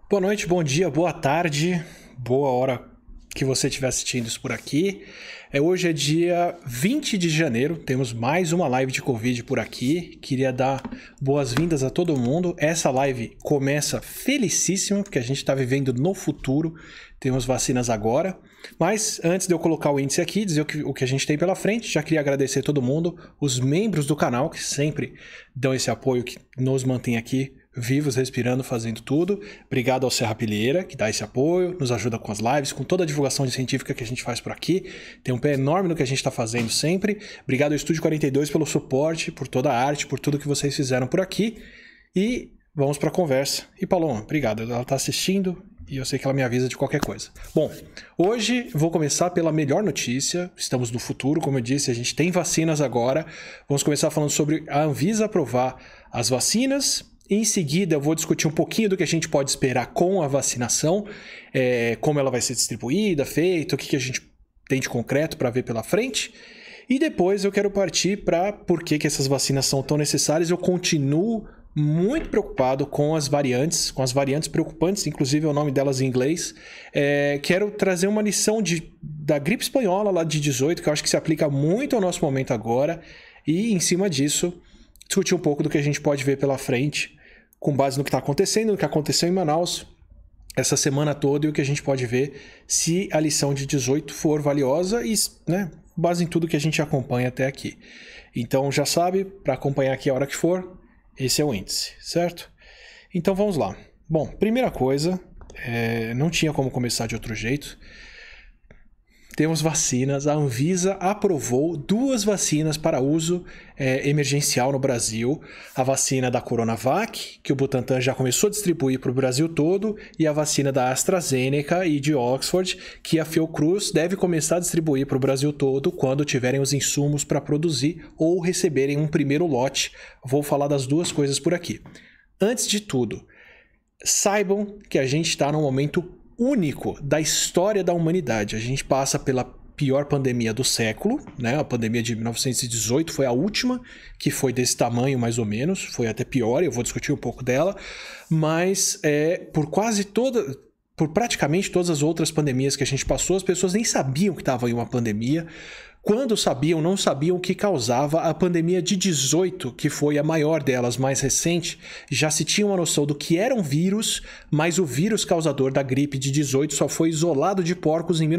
Boa noite, bom dia, boa tarde, boa hora que você estiver assistindo isso por aqui. Hoje é dia 20 de janeiro, temos mais uma live de Covid por aqui. Queria dar boas-vindas a todo mundo. Essa live começa felicíssima, porque a gente está vivendo no futuro, temos vacinas agora. Mas antes de eu colocar o índice aqui, dizer o que a gente tem pela frente, já queria agradecer a todo mundo, os membros do canal que sempre dão esse apoio, que nos mantém aqui vivos, respirando, fazendo tudo. Obrigado ao Serra Pilheira, que dá esse apoio, nos ajuda com as lives, com toda a divulgação científica que a gente faz por aqui. Tem um pé enorme no que a gente está fazendo sempre. Obrigado ao Estúdio 42 pelo suporte, por toda a arte, por tudo que vocês fizeram por aqui. E vamos para a conversa. E Paloma, obrigado. Ela está assistindo e eu sei que ela me avisa de qualquer coisa. Bom, hoje vou começar pela melhor notícia. Estamos no futuro, como eu disse, a gente tem vacinas agora. Vamos começar falando sobre a Anvisa aprovar as vacinas. Em seguida, eu vou discutir um pouquinho do que a gente pode esperar com a vacinação, como ela vai ser distribuída, feita, o que a gente tem de concreto para ver pela frente. E depois eu quero partir para por que essas vacinas são tão necessárias. Eu continuo muito preocupado com as variantes preocupantes, inclusive é o nome delas em inglês. Quero trazer uma lição da gripe espanhola lá de 18, que eu acho que se aplica muito ao nosso momento agora. E em cima disso, discutir um pouco do que a gente pode ver pela frente, com base no que está acontecendo, no que aconteceu em Manaus essa semana toda e o que a gente pode ver se a lição de 18 for valiosa e, né, base em tudo que a gente acompanha até aqui. Então já sabe, para acompanhar aqui a hora que for, esse é o índice, certo? Então vamos lá. Bom, primeira coisa, não tinha como começar de outro jeito. Temos vacinas, a Anvisa aprovou 2 vacinas para uso emergencial no Brasil. A vacina da Coronavac, que o Butantan já começou a distribuir para o Brasil todo, e a vacina da AstraZeneca e de Oxford, que a Fiocruz deve começar a distribuir para o Brasil todo quando tiverem os insumos para produzir ou receberem um primeiro lote. Vou falar das 2 coisas por aqui. Antes de tudo, saibam que a gente está num momento único da história da humanidade. A gente passa pela pior pandemia do século, né? A pandemia de 1918 foi a última, que foi desse tamanho mais ou menos, foi até pior, eu vou discutir um pouco dela, mas por praticamente todas as outras pandemias que a gente passou, as pessoas nem sabiam que estava em uma pandemia. Quando sabiam, não sabiam o que causava. A pandemia de 18, que foi a maior delas, mais recente, já se tinha uma noção do que era um vírus, mas o vírus causador da gripe de 18 só foi isolado de porcos em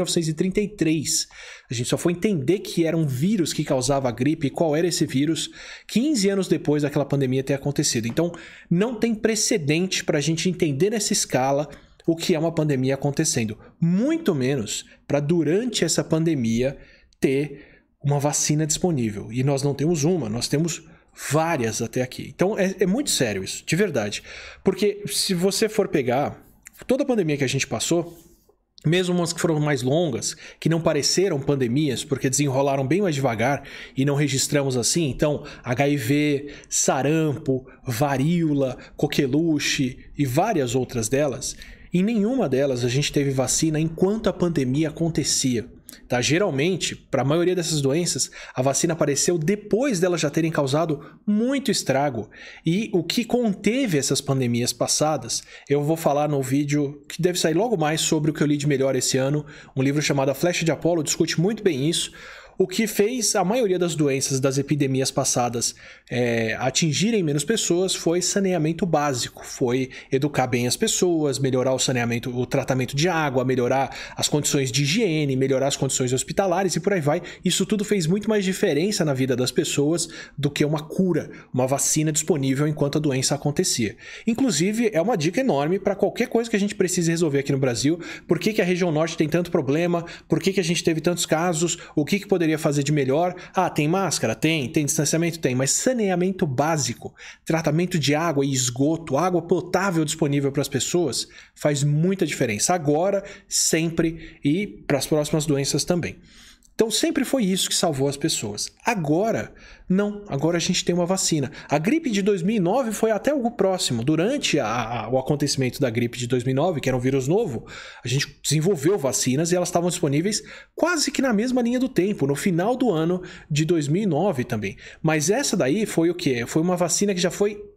1933. A gente só foi entender que era um vírus que causava a gripe e qual era esse vírus 15 anos depois daquela pandemia ter acontecido. Então, não tem precedente para a gente entender nessa escala o que é uma pandemia acontecendo. Muito menos para, durante essa pandemia, ter uma vacina disponível. E nós não temos uma, nós temos várias até aqui. Então é muito sério isso, de verdade. Porque se você for pegar toda a pandemia que a gente passou, mesmo umas que foram mais longas, que não pareceram pandemias, porque desenrolaram bem mais devagar e não registramos assim, então HIV, sarampo, varíola, coqueluche e várias outras delas, em nenhuma delas a gente teve vacina enquanto a pandemia acontecia. Tá? Geralmente, para a maioria dessas doenças, a vacina apareceu depois delas já terem causado muito estrago. E o que conteve essas pandemias passadas, eu vou falar no vídeo que deve sair logo mais sobre o que eu li de melhor esse ano. Um livro chamado A Flecha de Apolo discute muito bem isso. O que fez a maioria das doenças das epidemias passadas atingirem menos pessoas foi saneamento básico, foi educar bem as pessoas, melhorar o saneamento, o tratamento de água, melhorar as condições de higiene, melhorar as condições hospitalares e por aí vai. Isso tudo fez muito mais diferença na vida das pessoas do que uma cura, uma vacina disponível enquanto a doença acontecia. Inclusive, é uma dica enorme para qualquer coisa que a gente precise resolver aqui no Brasil. Por que a região norte tem tanto problema? Por que a gente teve tantos casos? O que poderia fazer de melhor? Ah, tem máscara? Tem distanciamento? Tem, mas saneamento básico, tratamento de água e esgoto, água potável disponível para as pessoas, faz muita diferença agora, sempre e para as próximas doenças também. Então sempre foi isso que salvou as pessoas. Agora, não. Agora a gente tem uma vacina. A gripe de 2009 foi até algo próximo. Durante o acontecimento da gripe de 2009, que era um vírus novo, a gente desenvolveu vacinas e elas estavam disponíveis quase que na mesma linha do tempo, no final do ano de 2009 também. Mas essa daí foi o quê? Foi uma vacina que já foi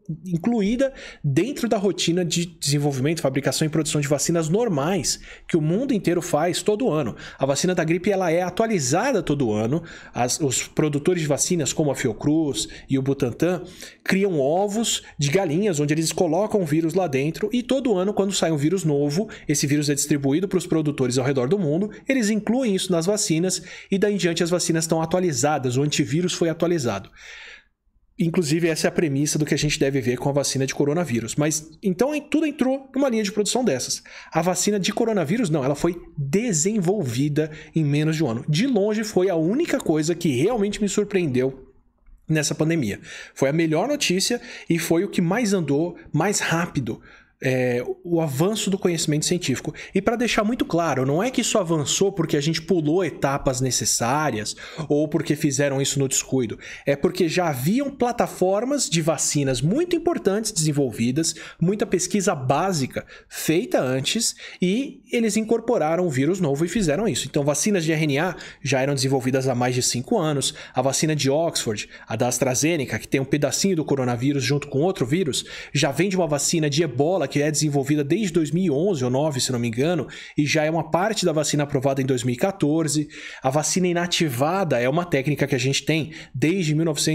incluída dentro da rotina de desenvolvimento, fabricação e produção de vacinas normais que o mundo inteiro faz todo ano. A vacina da gripe ela é atualizada todo ano. Os produtores de vacinas, como a Fiocruz e o Butantan, criam ovos de galinhas onde eles colocam o vírus lá dentro e todo ano, quando sai um vírus novo, esse vírus é distribuído para os produtores ao redor do mundo, eles incluem isso nas vacinas e daí em diante as vacinas estão atualizadas, o antivírus foi atualizado. Inclusive, essa é a premissa do que a gente deve ver com a vacina de coronavírus. Mas, então, tudo entrou numa linha de produção dessas. A vacina de coronavírus, não, ela foi desenvolvida em menos de um ano. De longe, foi a única coisa que realmente me surpreendeu nessa pandemia. Foi a melhor notícia e foi o que mais andou, mais rápido. O avanço do conhecimento científico. E para deixar muito claro, não é que isso avançou porque a gente pulou etapas necessárias ou porque fizeram isso no descuido. É porque já haviam plataformas de vacinas muito importantes desenvolvidas, muita pesquisa básica feita antes e eles incorporaram o vírus novo e fizeram isso. Então, vacinas de RNA já eram desenvolvidas há mais de 5 anos. A vacina de Oxford, a da AstraZeneca, que tem um pedacinho do coronavírus junto com outro vírus, já vem de uma vacina de ebola que é desenvolvida desde 2011 ou 2009, se não me engano, e já é uma parte da vacina aprovada em 2014. A vacina inativada é uma técnica que a gente tem desde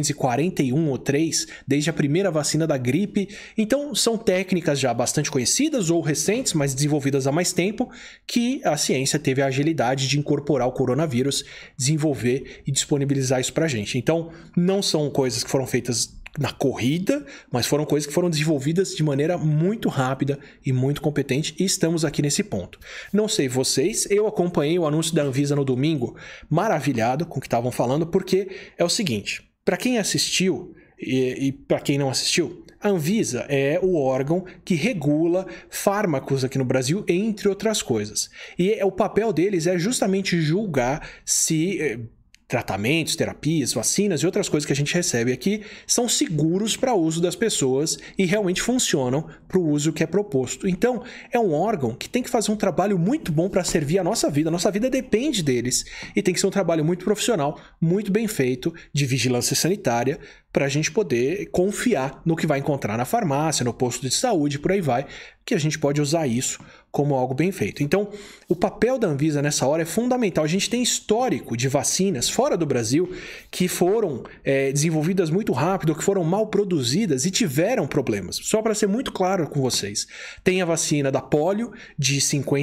1941 ou 3, desde a primeira vacina da gripe. Então, são técnicas já bastante conhecidas ou recentes, mas desenvolvidas há mais tempo, que a ciência teve a agilidade de incorporar o coronavírus, desenvolver e disponibilizar isso pra gente. Então, não são coisas que foram feitas na corrida, mas foram coisas que foram desenvolvidas de maneira muito rápida e muito competente e estamos aqui nesse ponto. Não sei vocês, eu acompanhei o anúncio da Anvisa no domingo, maravilhado com o que estavam falando, porque é o seguinte, para quem assistiu e para quem não assistiu, a Anvisa é o órgão que regula fármacos aqui no Brasil, entre outras coisas. E o papel deles é justamente julgar se tratamentos, terapias, vacinas e outras coisas que a gente recebe aqui são seguros para uso das pessoas e realmente funcionam para o uso que é proposto. Então, é um órgão que tem que fazer um trabalho muito bom para servir a nossa vida. A nossa vida depende deles e tem que ser um trabalho muito profissional, muito bem feito, de vigilância sanitária, para a gente poder confiar no que vai encontrar na farmácia, no posto de saúde, por aí vai, que a gente pode usar isso como algo bem feito. Então, o papel da Anvisa nessa hora é fundamental. A gente tem histórico de vacinas fora do Brasil que foram desenvolvidas muito rápido, que foram mal produzidas e tiveram problemas. Só para ser muito claro com vocês. Tem a vacina da polio de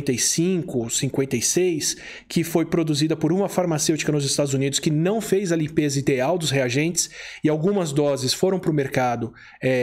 55, 56, que foi produzida por uma farmacêutica nos Estados Unidos que não fez a limpeza ideal dos reagentes e algumas doses foram para o mercado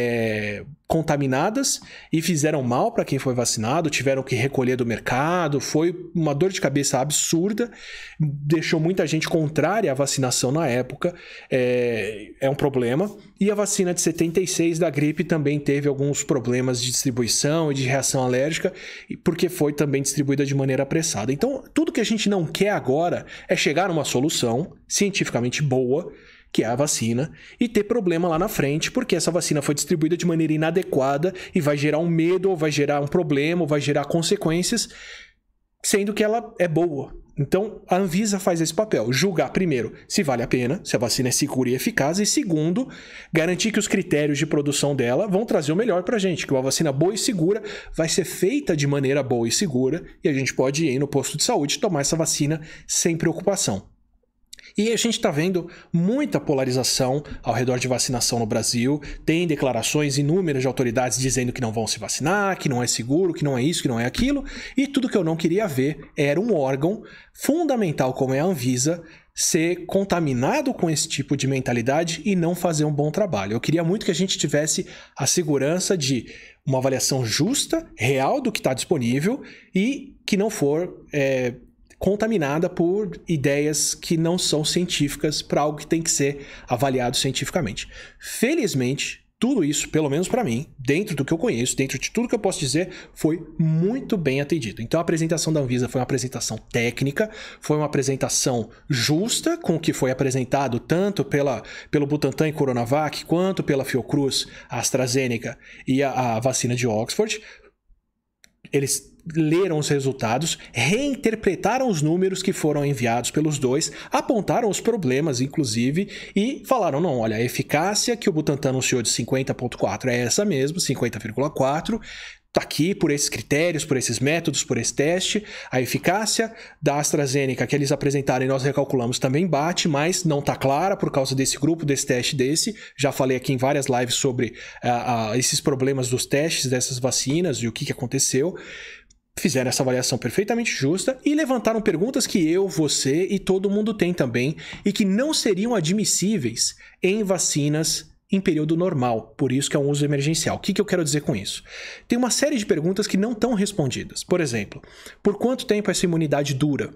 contaminadas e fizeram mal para quem foi vacinado, tiveram que recolher do mercado, foi uma dor de cabeça absurda, deixou muita gente contrária à vacinação na época, é um problema. E a vacina de 76 da gripe também teve alguns problemas de distribuição e de reação alérgica, porque foi também distribuída de maneira apressada. Então, tudo que a gente não quer agora é chegar numa solução cientificamente boa, que é a vacina, e ter problema lá na frente, porque essa vacina foi distribuída de maneira inadequada e vai gerar um medo, ou vai gerar um problema, ou vai gerar consequências, sendo que ela é boa. Então, a Anvisa faz esse papel, julgar primeiro se vale a pena, se a vacina é segura e eficaz, e segundo, garantir que os critérios de produção dela vão trazer o melhor pra gente, que uma vacina boa e segura vai ser feita de maneira boa e segura, e a gente pode ir no posto de saúde e tomar essa vacina sem preocupação. E a gente está vendo muita polarização ao redor de vacinação no Brasil. Tem declarações inúmeras de autoridades dizendo que não vão se vacinar, que não é seguro, que não é isso, que não é aquilo. E tudo que eu não queria ver era um órgão fundamental como é a Anvisa ser contaminado com esse tipo de mentalidade e não fazer um bom trabalho. Eu queria muito que a gente tivesse a segurança de uma avaliação justa, real do que está disponível e que não for contaminada por ideias que não são científicas para algo que tem que ser avaliado cientificamente. Felizmente, tudo isso, pelo menos para mim, dentro do que eu conheço, dentro de tudo que eu posso dizer, foi muito bem atendido. Então a apresentação da Anvisa foi uma apresentação técnica, foi uma apresentação justa com o que foi apresentado tanto pelo Butantan e Coronavac, quanto pela Fiocruz, a AstraZeneca e a vacina de Oxford. Eles leram os resultados, reinterpretaram os números que foram enviados pelos dois, apontaram os problemas, inclusive, e falaram, não, olha, a eficácia que o Butantan anunciou de 50,4 é essa mesmo, 50,4, tá aqui por esses critérios, por esses métodos, por esse teste. A eficácia da AstraZeneca que eles apresentaram e nós recalculamos também bate, mas não tá clara por causa desse grupo, desse teste desse. Já falei aqui em várias lives sobre esses problemas dos testes dessas vacinas e o que aconteceu. Fizeram essa avaliação perfeitamente justa e levantaram perguntas que eu, você e todo mundo tem também e que não seriam admissíveis em vacinas em período normal, por isso que é um uso emergencial. O que eu quero dizer com isso? Tem uma série de perguntas que não estão respondidas. Por exemplo, por quanto tempo essa imunidade dura?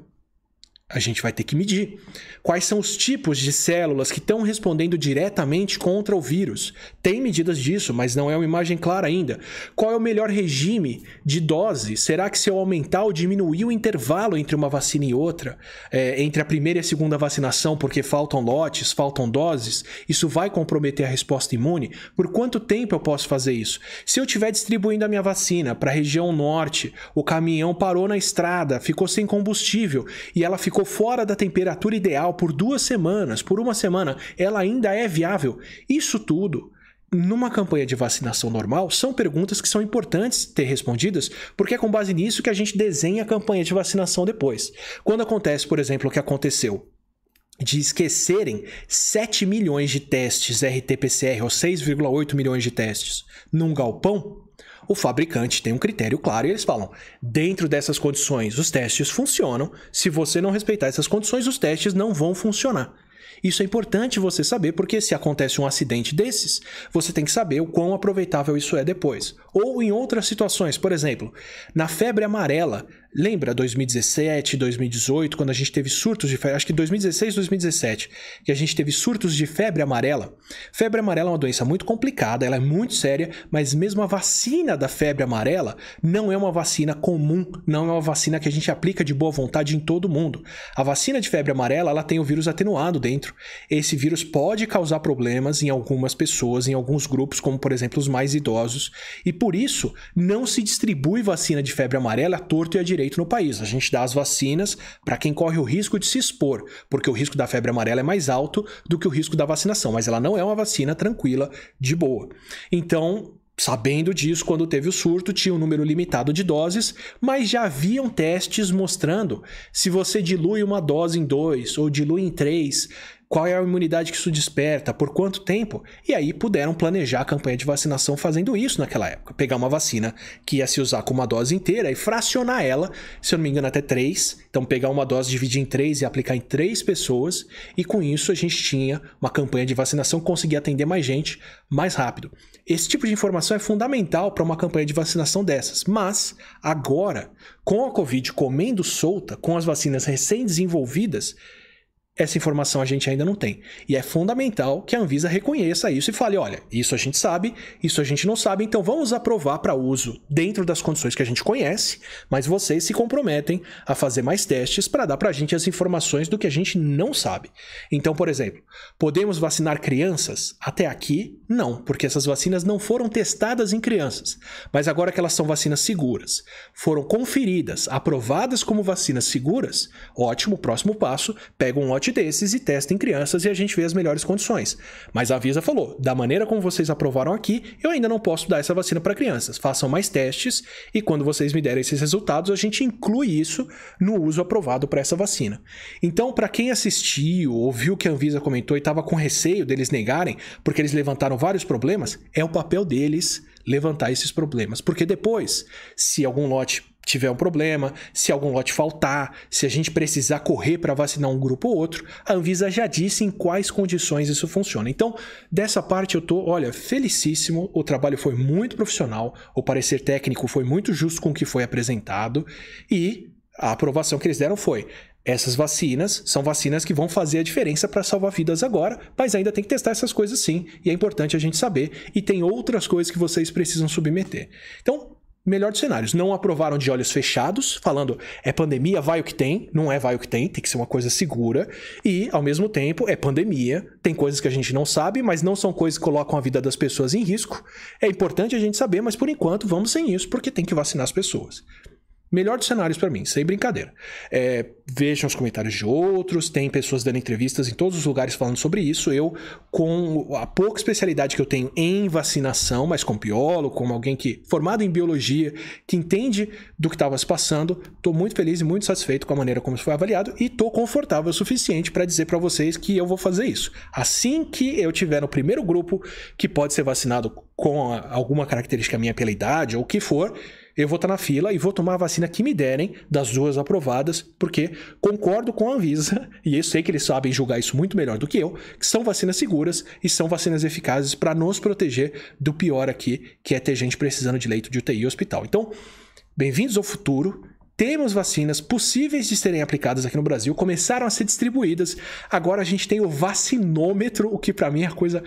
A gente vai ter que medir. Quais são os tipos de células que estão respondendo diretamente contra o vírus? Tem medidas disso, mas não é uma imagem clara ainda. Qual é o melhor regime de dose? Será que se eu aumentar ou diminuir o intervalo entre uma vacina e outra, entre a primeira e a segunda vacinação, porque faltam lotes, faltam doses, isso vai comprometer a resposta imune? Por quanto tempo eu posso fazer isso? Se eu estiver distribuindo a minha vacina para a região norte, o caminhão parou na estrada, ficou sem combustível e ela ficou fora da temperatura ideal por 2 semanas, por 1 semana, ela ainda é viável? Isso tudo, numa campanha de vacinação normal, são perguntas que são importantes ter respondidas, porque é com base nisso que a gente desenha a campanha de vacinação depois. Quando acontece, por exemplo, o que aconteceu de esquecerem 7 milhões de testes RT-PCR, ou 6,8 milhões de testes, num galpão, o fabricante tem um critério claro e eles falam, dentro dessas condições os testes funcionam, se você não respeitar essas condições os testes não vão funcionar. Isso é importante você saber, porque se acontece um acidente desses, você tem que saber o quão aproveitável isso é depois. Ou em outras situações, por exemplo, na febre amarela, lembra 2017, 2018, quando a gente teve surtos de febre, acho que 2016, 2017, que a gente teve surtos de febre amarela? Febre amarela é uma doença muito complicada, ela é muito séria, mas mesmo a vacina da febre amarela não é uma vacina comum, não é uma vacina que a gente aplica de boa vontade em todo mundo. A vacina de febre amarela, ela tem o vírus atenuado dentro. Esse vírus pode causar problemas em algumas pessoas, em alguns grupos, como por exemplo os mais idosos, e por isso não se distribui vacina de febre amarela à torto e à direito no país. A gente dá as vacinas para quem corre o risco de se expor, porque o risco da febre amarela é mais alto do que o risco da vacinação, mas ela não é uma vacina tranquila, de boa. Então, sabendo disso, quando teve o surto, tinha um número limitado de doses, mas já haviam testes mostrando se você dilui uma dose em 2 ou dilui em 3, qual é a imunidade que isso desperta, por quanto tempo, e aí puderam planejar a campanha de vacinação fazendo isso naquela época. Pegar uma vacina que ia se usar com uma dose inteira e fracionar ela, se eu não me engano até 3, então pegar uma dose, dividir em 3 e aplicar em 3 pessoas, e com isso a gente tinha uma campanha de vacinação que conseguia atender mais gente mais rápido. Esse tipo de informação é fundamental para uma campanha de vacinação dessas, mas agora, com a Covid comendo solta, com as vacinas recém-desenvolvidas, essa informação a gente ainda não tem. E é fundamental que a Anvisa reconheça isso e fale, olha, isso a gente sabe, isso a gente não sabe, então vamos aprovar para uso dentro das condições que a gente conhece, mas vocês se comprometem a fazer mais testes para dar para a gente as informações do que a gente não sabe. Então, por exemplo, podemos vacinar crianças? Até aqui, não, porque essas vacinas não foram testadas em crianças. Mas agora que elas são vacinas seguras, foram conferidas, aprovadas como vacinas seguras, ótimo, próximo passo, pega um lote desses e testa em crianças e a gente vê as melhores condições. Mas a Anvisa falou, da maneira como vocês aprovaram aqui, eu ainda não posso dar essa vacina para crianças. Façam mais testes e quando vocês me derem esses resultados, a gente inclui isso no uso aprovado para essa vacina. Então, para quem assistiu, ouviu o que a Anvisa comentou e estava com receio deles negarem, porque eles levantaram vários problemas, é o papel deles levantar esses problemas. Porque depois, se algum lote tiver um problema, se algum lote faltar, se a gente precisar correr para vacinar um grupo ou outro, a Anvisa já disse em quais condições isso funciona. Então, dessa parte eu tô, olha, felicíssimo, o trabalho foi muito profissional, o parecer técnico foi muito justo com o que foi apresentado e a aprovação que eles deram foi: essas vacinas são vacinas que vão fazer a diferença para salvar vidas agora, mas ainda tem que testar essas coisas sim, e é importante a gente saber, e tem outras coisas que vocês precisam submeter. Então, melhor dos cenários, não aprovaram de olhos fechados, falando é pandemia, vai o que tem, não é vai o que tem que ser uma coisa segura, e ao mesmo tempo é pandemia, tem coisas que a gente não sabe, mas não são coisas que colocam a vida das pessoas em risco, é importante a gente saber, mas por enquanto vamos sem isso, porque tem que vacinar as pessoas. Melhor dos cenários pra mim, sem brincadeira. Vejam os comentários de outros, tem pessoas dando entrevistas em todos os lugares falando sobre isso. Eu, com a pouca especialidade que eu tenho em vacinação, mas como biólogo, como alguém formado em biologia, que entende do que estava se passando, tô muito feliz e muito satisfeito com a maneira como isso foi avaliado e tô confortável o suficiente para dizer para vocês que eu vou fazer isso. Assim que eu tiver no primeiro grupo que pode ser vacinado com alguma característica minha pela idade ou o que for, eu vou estar na fila e vou tomar a vacina que me derem das 2 aprovadas, porque concordo com a Anvisa, e eu sei que eles sabem julgar isso muito melhor do que eu, que são vacinas seguras e são vacinas eficazes para nos proteger do pior aqui, que é ter gente precisando de leito de UTI e hospital. Então, bem-vindos ao futuro. Temos vacinas possíveis de serem aplicadas aqui no Brasil, começaram a ser distribuídas, agora a gente tem o vacinômetro, o que para mim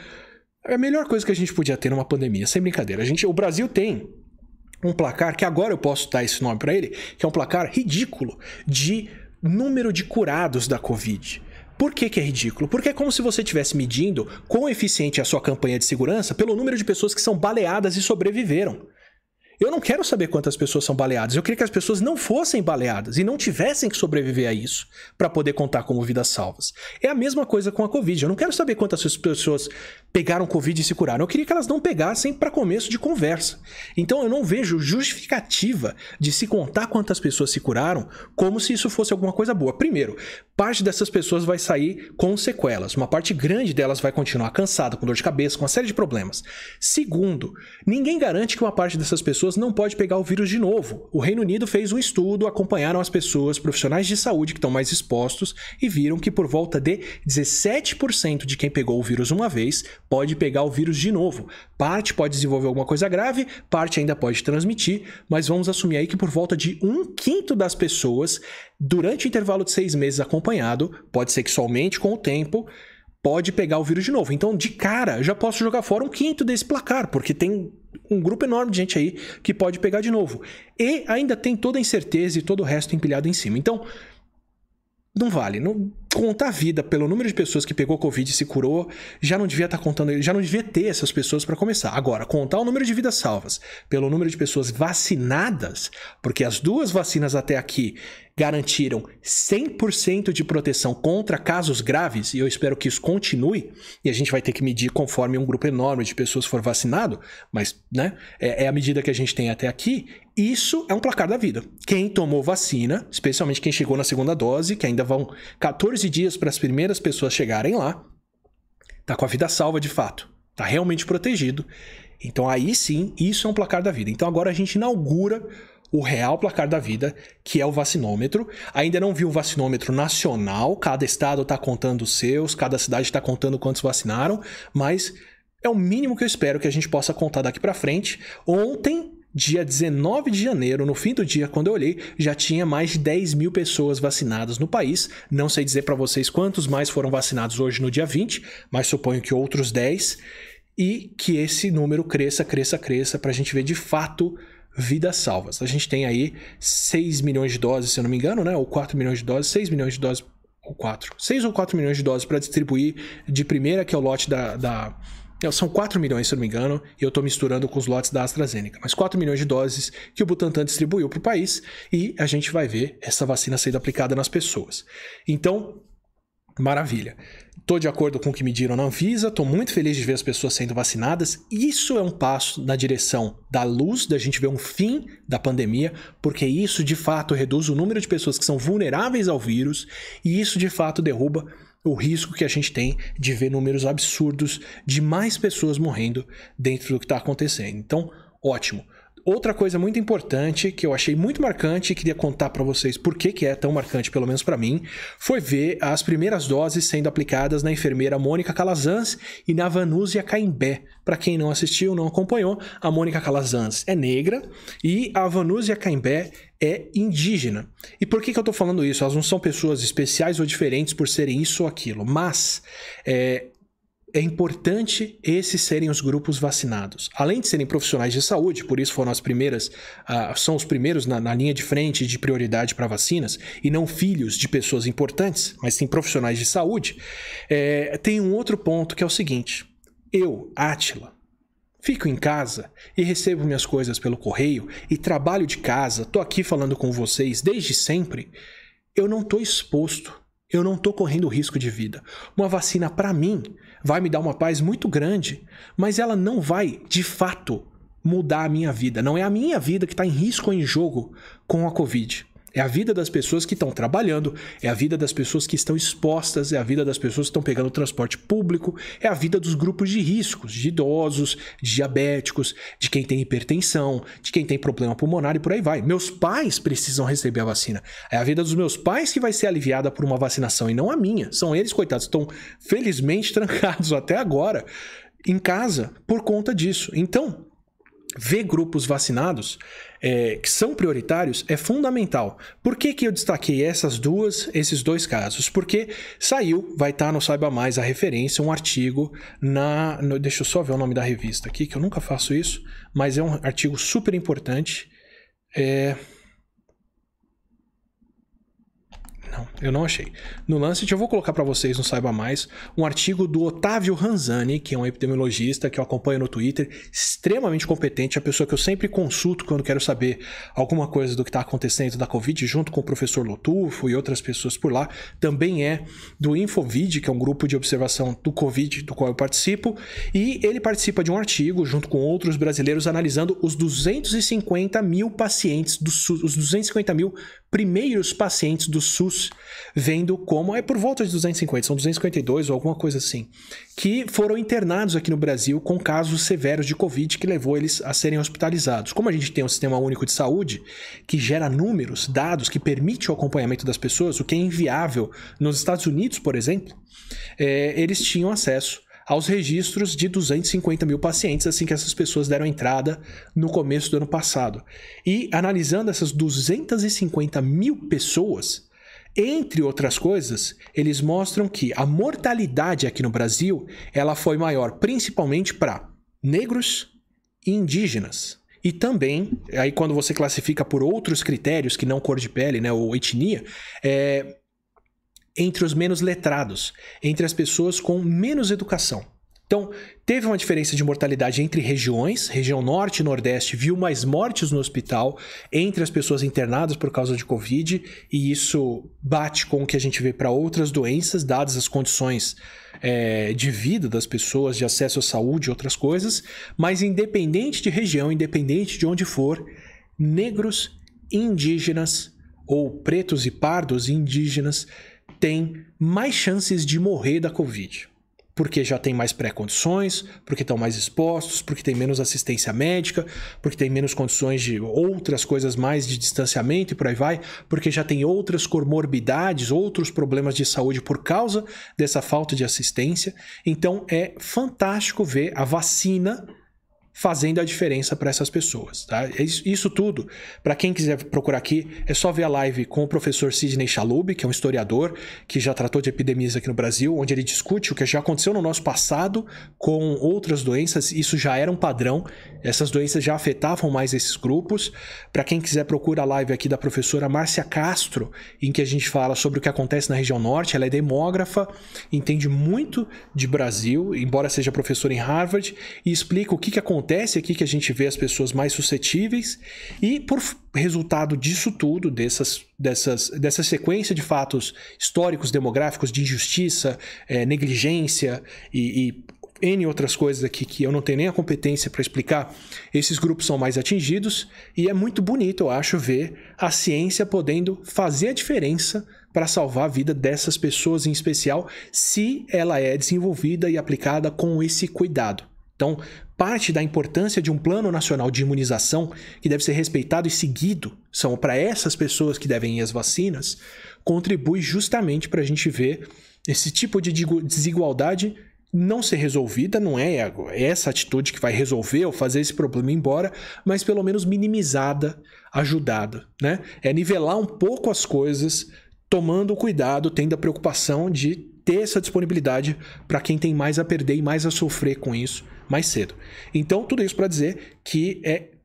é a melhor coisa que a gente podia ter numa pandemia, sem brincadeira. O Brasil tem um placar, que agora eu posso dar esse nome para ele, que é um placar ridículo de número de curados da Covid. Por que é ridículo? Porque é como se você estivesse medindo quão eficiente é a sua campanha de segurança pelo número de pessoas que são baleadas e sobreviveram. Eu não quero saber quantas pessoas são baleadas. Eu queria que as pessoas não fossem baleadas e não tivessem que sobreviver a isso para poder contar como vidas salvas. É a mesma coisa com a Covid. Eu não quero saber quantas pessoas pegaram Covid e se curaram. Eu queria que elas não pegassem para começo de conversa. Então eu não vejo justificativa de se contar quantas pessoas se curaram como se isso fosse alguma coisa boa. Primeiro, parte dessas pessoas vai sair com sequelas. Uma parte grande delas vai continuar cansada, com dor de cabeça, com uma série de problemas. Segundo, ninguém garante que uma parte dessas pessoas não pode pegar o vírus de novo. O Reino Unido fez um estudo, acompanharam as pessoas, profissionais de saúde que estão mais expostos e viram que por volta de 17% de quem pegou o vírus uma vez pode pegar o vírus de novo. Parte pode desenvolver alguma coisa grave, parte ainda pode transmitir, mas vamos assumir aí que por volta de 1/5 das pessoas, durante o intervalo de 6 meses acompanhado, pode ser que somente com o tempo, pode pegar o vírus de novo. Então, de cara, já posso jogar fora 1/5 desse placar, porque tem um grupo enorme de gente aí que pode pegar de novo. E ainda tem toda a incerteza e todo o resto empilhado em cima. Então, não vale. Não contar a vida pelo número de pessoas que pegou Covid e se curou, já não devia estar contando, já não devia ter essas pessoas para começar. Agora, contar o número de vidas salvas pelo número de pessoas vacinadas, porque as 2 vacinas até aqui garantiram 100% de proteção contra casos graves, e eu espero que isso continue, e a gente vai ter que medir conforme um grupo enorme de pessoas for vacinado, mas né, é a medida que a gente tem até aqui. Isso é um placar da vida. Quem tomou vacina, especialmente quem chegou na segunda dose, que ainda vão 14 dias para as primeiras pessoas chegarem lá, tá com a vida salva de fato, tá realmente protegido. Então aí sim, isso é um placar da vida. Então agora a gente inaugura o real placar da vida, que é o vacinômetro. Ainda não vi o vacinômetro nacional, cada estado está contando os seus, cada cidade está contando quantos vacinaram, mas é o mínimo que eu espero que a gente possa contar daqui para frente. Ontem, dia 19 de janeiro, no fim do dia, quando eu olhei, já tinha mais de 10 mil pessoas vacinadas no país. Não sei dizer para vocês quantos mais foram vacinados hoje no dia 20, mas suponho que outros 10. E que esse número cresça para a gente ver de fato vidas salvas. A gente tem aí 6 milhões de doses, se eu não me engano, né? Ou 4 milhões de doses, 6 milhões de doses, ou 4. 6 ou 4 milhões de doses para distribuir de primeira, que é o lote são 4 milhões, se eu não me engano, e eu estou misturando com os lotes da AstraZeneca. Mas 4 milhões de doses que o Butantan distribuiu para o país e a gente vai ver essa vacina sendo aplicada nas pessoas. Então, maravilha. Estou de acordo com o que mediram na Anvisa, estou muito feliz de ver as pessoas sendo vacinadas. Isso é um passo na direção da luz, da gente ver um fim da pandemia, porque isso de fato reduz o número de pessoas que são vulneráveis ao vírus e isso de fato derruba o risco que a gente tem de ver números absurdos de mais pessoas morrendo dentro do que está acontecendo. Então, ótimo. Outra coisa muito importante que eu achei muito marcante e queria contar para vocês por que é tão marcante, pelo menos para mim, foi ver as primeiras doses sendo aplicadas na enfermeira Mônica Calazans e na Vanusia Caimbé. Para quem não assistiu, não acompanhou, a Mônica Calazans é negra e a Vanusia Caimbé é indígena. E por que eu estou falando isso? Elas não são pessoas especiais ou diferentes por serem isso ou aquilo, mas é importante esses serem os grupos vacinados. Além de serem profissionais de saúde, por isso foram as primeiras, são os primeiros na linha de frente de prioridade para vacinas, e não filhos de pessoas importantes, mas sim profissionais de saúde, tem um outro ponto que é o seguinte. Eu, Átila, fico em casa e recebo minhas coisas pelo correio e trabalho de casa, tô aqui falando com vocês desde sempre, eu não tô exposto, eu não tô correndo risco de vida. Uma vacina, para mim, vai me dar uma paz muito grande, mas ela não vai, de fato, mudar a minha vida. Não é a minha vida que está em risco ou em jogo com a Covid. É a vida das pessoas que estão trabalhando, é a vida das pessoas que estão expostas, é a vida das pessoas que estão pegando transporte público, é a vida dos grupos de riscos, de idosos, de diabéticos, de quem tem hipertensão, de quem tem problema pulmonar e por aí vai. Meus pais precisam receber a vacina. É a vida dos meus pais que vai ser aliviada por uma vacinação e não a minha. São eles, coitados, que estão felizmente trancados até agora em casa por conta disso. Então, ver grupos vacinados que são prioritários é fundamental. Por que eu destaquei esses dois casos? Porque vai estar no Saiba Mais a referência, um artigo deixa eu só ver o nome da revista aqui, que eu nunca faço isso, mas é um artigo super importante. Não, eu não achei. No Lancet, eu vou colocar para vocês no Saiba Mais um artigo do Otávio Ranzani, que é um epidemiologista que eu acompanho no Twitter, extremamente competente, a pessoa que eu sempre consulto quando quero saber alguma coisa do que está acontecendo da Covid, junto com o professor Lotufo e outras pessoas por lá. Também é do Infovid, que é um grupo de observação do Covid, do qual eu participo, e ele participa de um artigo, junto com outros brasileiros, analisando os 250 mil pacientes do SUS, os 250 mil primeiros pacientes do SUS, vendo como é por volta de 250, são 252 ou alguma coisa assim, que foram internados aqui no Brasil com casos severos de Covid que levou eles a serem hospitalizados. Como a gente tem um sistema único de saúde que gera números, dados, que permite o acompanhamento das pessoas, o que é inviável nos Estados Unidos, por exemplo, eles tinham acesso aos registros de 250 mil pacientes, assim que essas pessoas deram entrada no começo do ano passado. E analisando essas 250 mil pessoas, entre outras coisas, eles mostram que a mortalidade aqui no Brasil, ela foi maior principalmente para negros e indígenas. E também, aí quando você classifica por outros critérios, que não cor de pele, né, ou etnia, entre os menos letrados, entre as pessoas com menos educação. Então, teve uma diferença de mortalidade entre regiões. Região Norte e Nordeste viu mais mortes no hospital entre as pessoas internadas por causa de Covid, e isso bate com o que a gente vê para outras doenças, dadas as condições de vida das pessoas, de acesso à saúde e outras coisas. Mas independente de região, independente de onde for, negros, indígenas ou pretos e pardos indígenas têm mais chances de morrer da Covid. Porque já tem mais pré-condições, porque estão mais expostos, porque tem menos assistência médica, porque tem menos condições de outras coisas mais de distanciamento e por aí vai, porque já tem outras comorbidades, outros problemas de saúde por causa dessa falta de assistência. Então é fantástico ver a vacina fazendo a diferença para essas pessoas, tá? Isso tudo, para quem quiser procurar aqui, é só ver a live com o professor Sidney Chalub, que é um historiador que já tratou de epidemias aqui no Brasil, onde ele discute o que já aconteceu no nosso passado com outras doenças. Isso já era um padrão, essas doenças já afetavam mais esses grupos. Para quem quiser, procura a live aqui da professora Márcia Castro, em que a gente fala sobre o que acontece na região norte. Ela é demógrafa, entende muito de Brasil, embora seja professora em Harvard, e explica o que acontece aqui, que a gente vê as pessoas mais suscetíveis, e por resultado disso tudo, dessa sequência de fatos históricos, demográficos, de injustiça, negligência e N outras coisas aqui que eu não tenho nem a competência para explicar, esses grupos são mais atingidos, e é muito bonito, eu acho, ver a ciência podendo fazer a diferença para salvar a vida dessas pessoas em especial, se ela é desenvolvida e aplicada com esse cuidado. Então, parte da importância de um plano nacional de imunização, que deve ser respeitado e seguido, são para essas pessoas que devem ir às vacinas, contribui justamente para a gente ver esse tipo de desigualdade não ser resolvida. Não é essa atitude que vai resolver ou fazer esse problema ir embora, mas pelo menos minimizada, ajudada, né? É nivelar um pouco as coisas, tomando cuidado, tendo a preocupação de ter essa disponibilidade para quem tem mais a perder e mais a sofrer com isso mais cedo. Então, tudo isso para dizer que é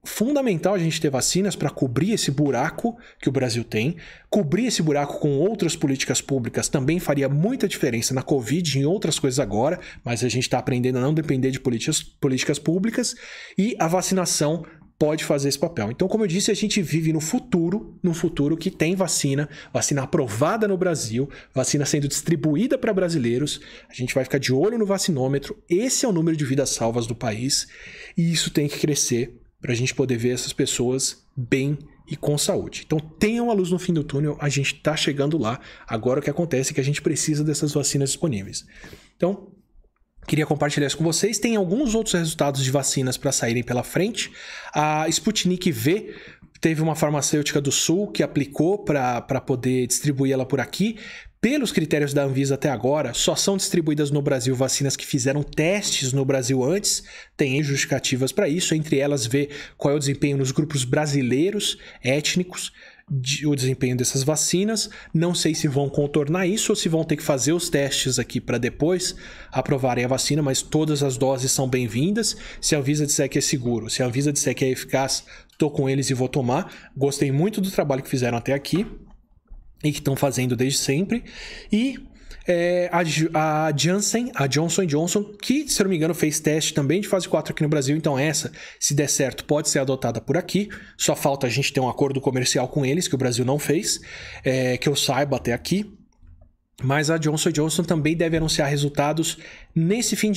fundamental a gente ter vacinas para cobrir esse buraco que o Brasil tem. Cobrir esse buraco com outras políticas públicas também faria muita diferença na Covid e em outras coisas agora, mas a gente está aprendendo a não depender de políticas públicas, e a vacinação pode fazer esse papel. Então, como eu disse, a gente vive num futuro que tem vacina aprovada no Brasil, vacina sendo distribuída para brasileiros. A gente vai ficar de olho no vacinômetro. Esse é o número de vidas salvas do país, e isso tem que crescer para a gente poder ver essas pessoas bem e com saúde. Então, tenha uma luz no fim do túnel, a gente está chegando lá. Agora o que acontece é que a gente precisa dessas vacinas disponíveis. Então, queria compartilhar isso com vocês. Tem alguns outros resultados de vacinas para saírem pela frente. A Sputnik V teve uma farmacêutica do Sul que aplicou para poder distribuir ela por aqui. Pelos critérios da Anvisa até agora, só são distribuídas no Brasil vacinas que fizeram testes no Brasil antes. Tem justificativas para isso, entre elas ver qual é o desempenho nos grupos brasileiros étnicos, o desempenho dessas vacinas. Não sei se vão contornar isso ou se vão ter que fazer os testes aqui para depois aprovarem a vacina, mas todas as doses são bem-vindas. Se a Anvisa disser que é seguro, se a Anvisa disser que é eficaz, tô com eles e vou tomar. Gostei muito do trabalho que fizeram até aqui e que estão fazendo desde sempre. E a Janssen, a Johnson & Johnson, que, se eu não me engano, fez teste também de fase 4 aqui no Brasil. Então essa, se der certo, pode ser adotada por aqui. Só falta a gente ter um acordo comercial com eles, que o Brasil não fez, que eu saiba até aqui. Mas a Johnson & Johnson também deve anunciar resultados nesse fim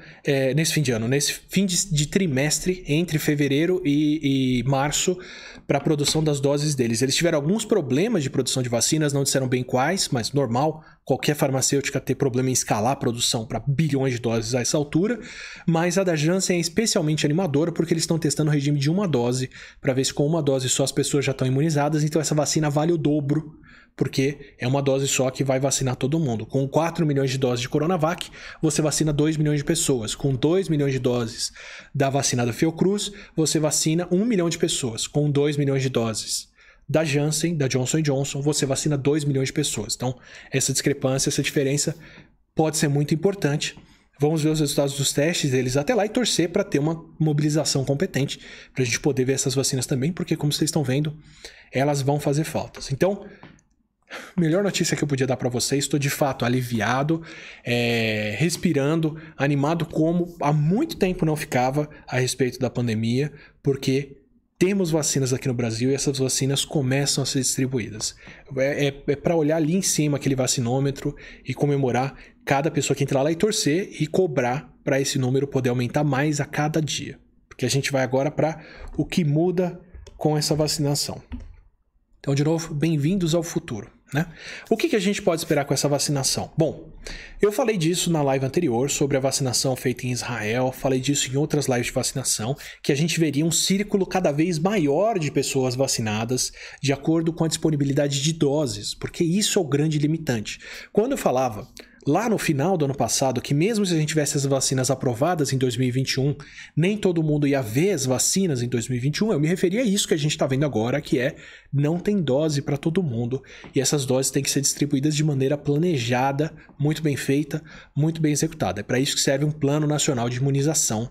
de trimestre, entre fevereiro e março, para a produção das doses deles. Eles tiveram alguns problemas de produção de vacinas, não disseram bem quais, mas normal, qualquer farmacêutica ter problema em escalar a produção para bilhões de doses a essa altura. Mas a da Janssen é especialmente animadora, porque eles estão testando o regime de uma dose, para ver se com uma dose só as pessoas já estão imunizadas. Então essa vacina vale o dobro, porque é uma dose só que vai vacinar todo mundo. Com 4 milhões de doses de Coronavac, você vacina 2 milhões de pessoas. Com 2 milhões de doses da vacina da Fiocruz, você vacina 1 milhão de pessoas. Com 2 milhões de doses da Janssen, da Johnson & Johnson, você vacina 2 milhões de pessoas. Então, essa discrepância, essa diferença pode ser muito importante. Vamos ver os resultados dos testes deles até lá e torcer para ter uma mobilização competente, para a gente poder ver essas vacinas também, porque, como vocês estão vendo, elas vão fazer faltas. Então, melhor notícia que eu podia dar para vocês. Estou de fato aliviado, respirando, animado como há muito tempo não ficava a respeito da pandemia, porque temos vacinas aqui no Brasil e essas vacinas começam a ser distribuídas. É para olhar ali em cima aquele vacinômetro e comemorar cada pessoa que entrar lá e torcer e cobrar para esse número poder aumentar mais a cada dia. Porque a gente vai agora para o que muda com essa vacinação. Então, de novo, bem-vindos ao futuro, né? O que a gente pode esperar com essa vacinação? Bom, eu falei disso na live anterior sobre a vacinação feita em Israel, falei disso em outras lives de vacinação, que a gente veria um círculo cada vez maior de pessoas vacinadas de acordo com a disponibilidade de doses, porque isso é o grande limitante. Quando eu falava lá no final do ano passado que mesmo se a gente tivesse as vacinas aprovadas em 2021, nem todo mundo ia ver as vacinas em 2021, eu me referia a isso que a gente está vendo agora, que não tem dose para todo mundo, e essas doses têm que ser distribuídas de maneira planejada, muito bem feita, muito bem executada. É para isso que serve um plano nacional de imunização,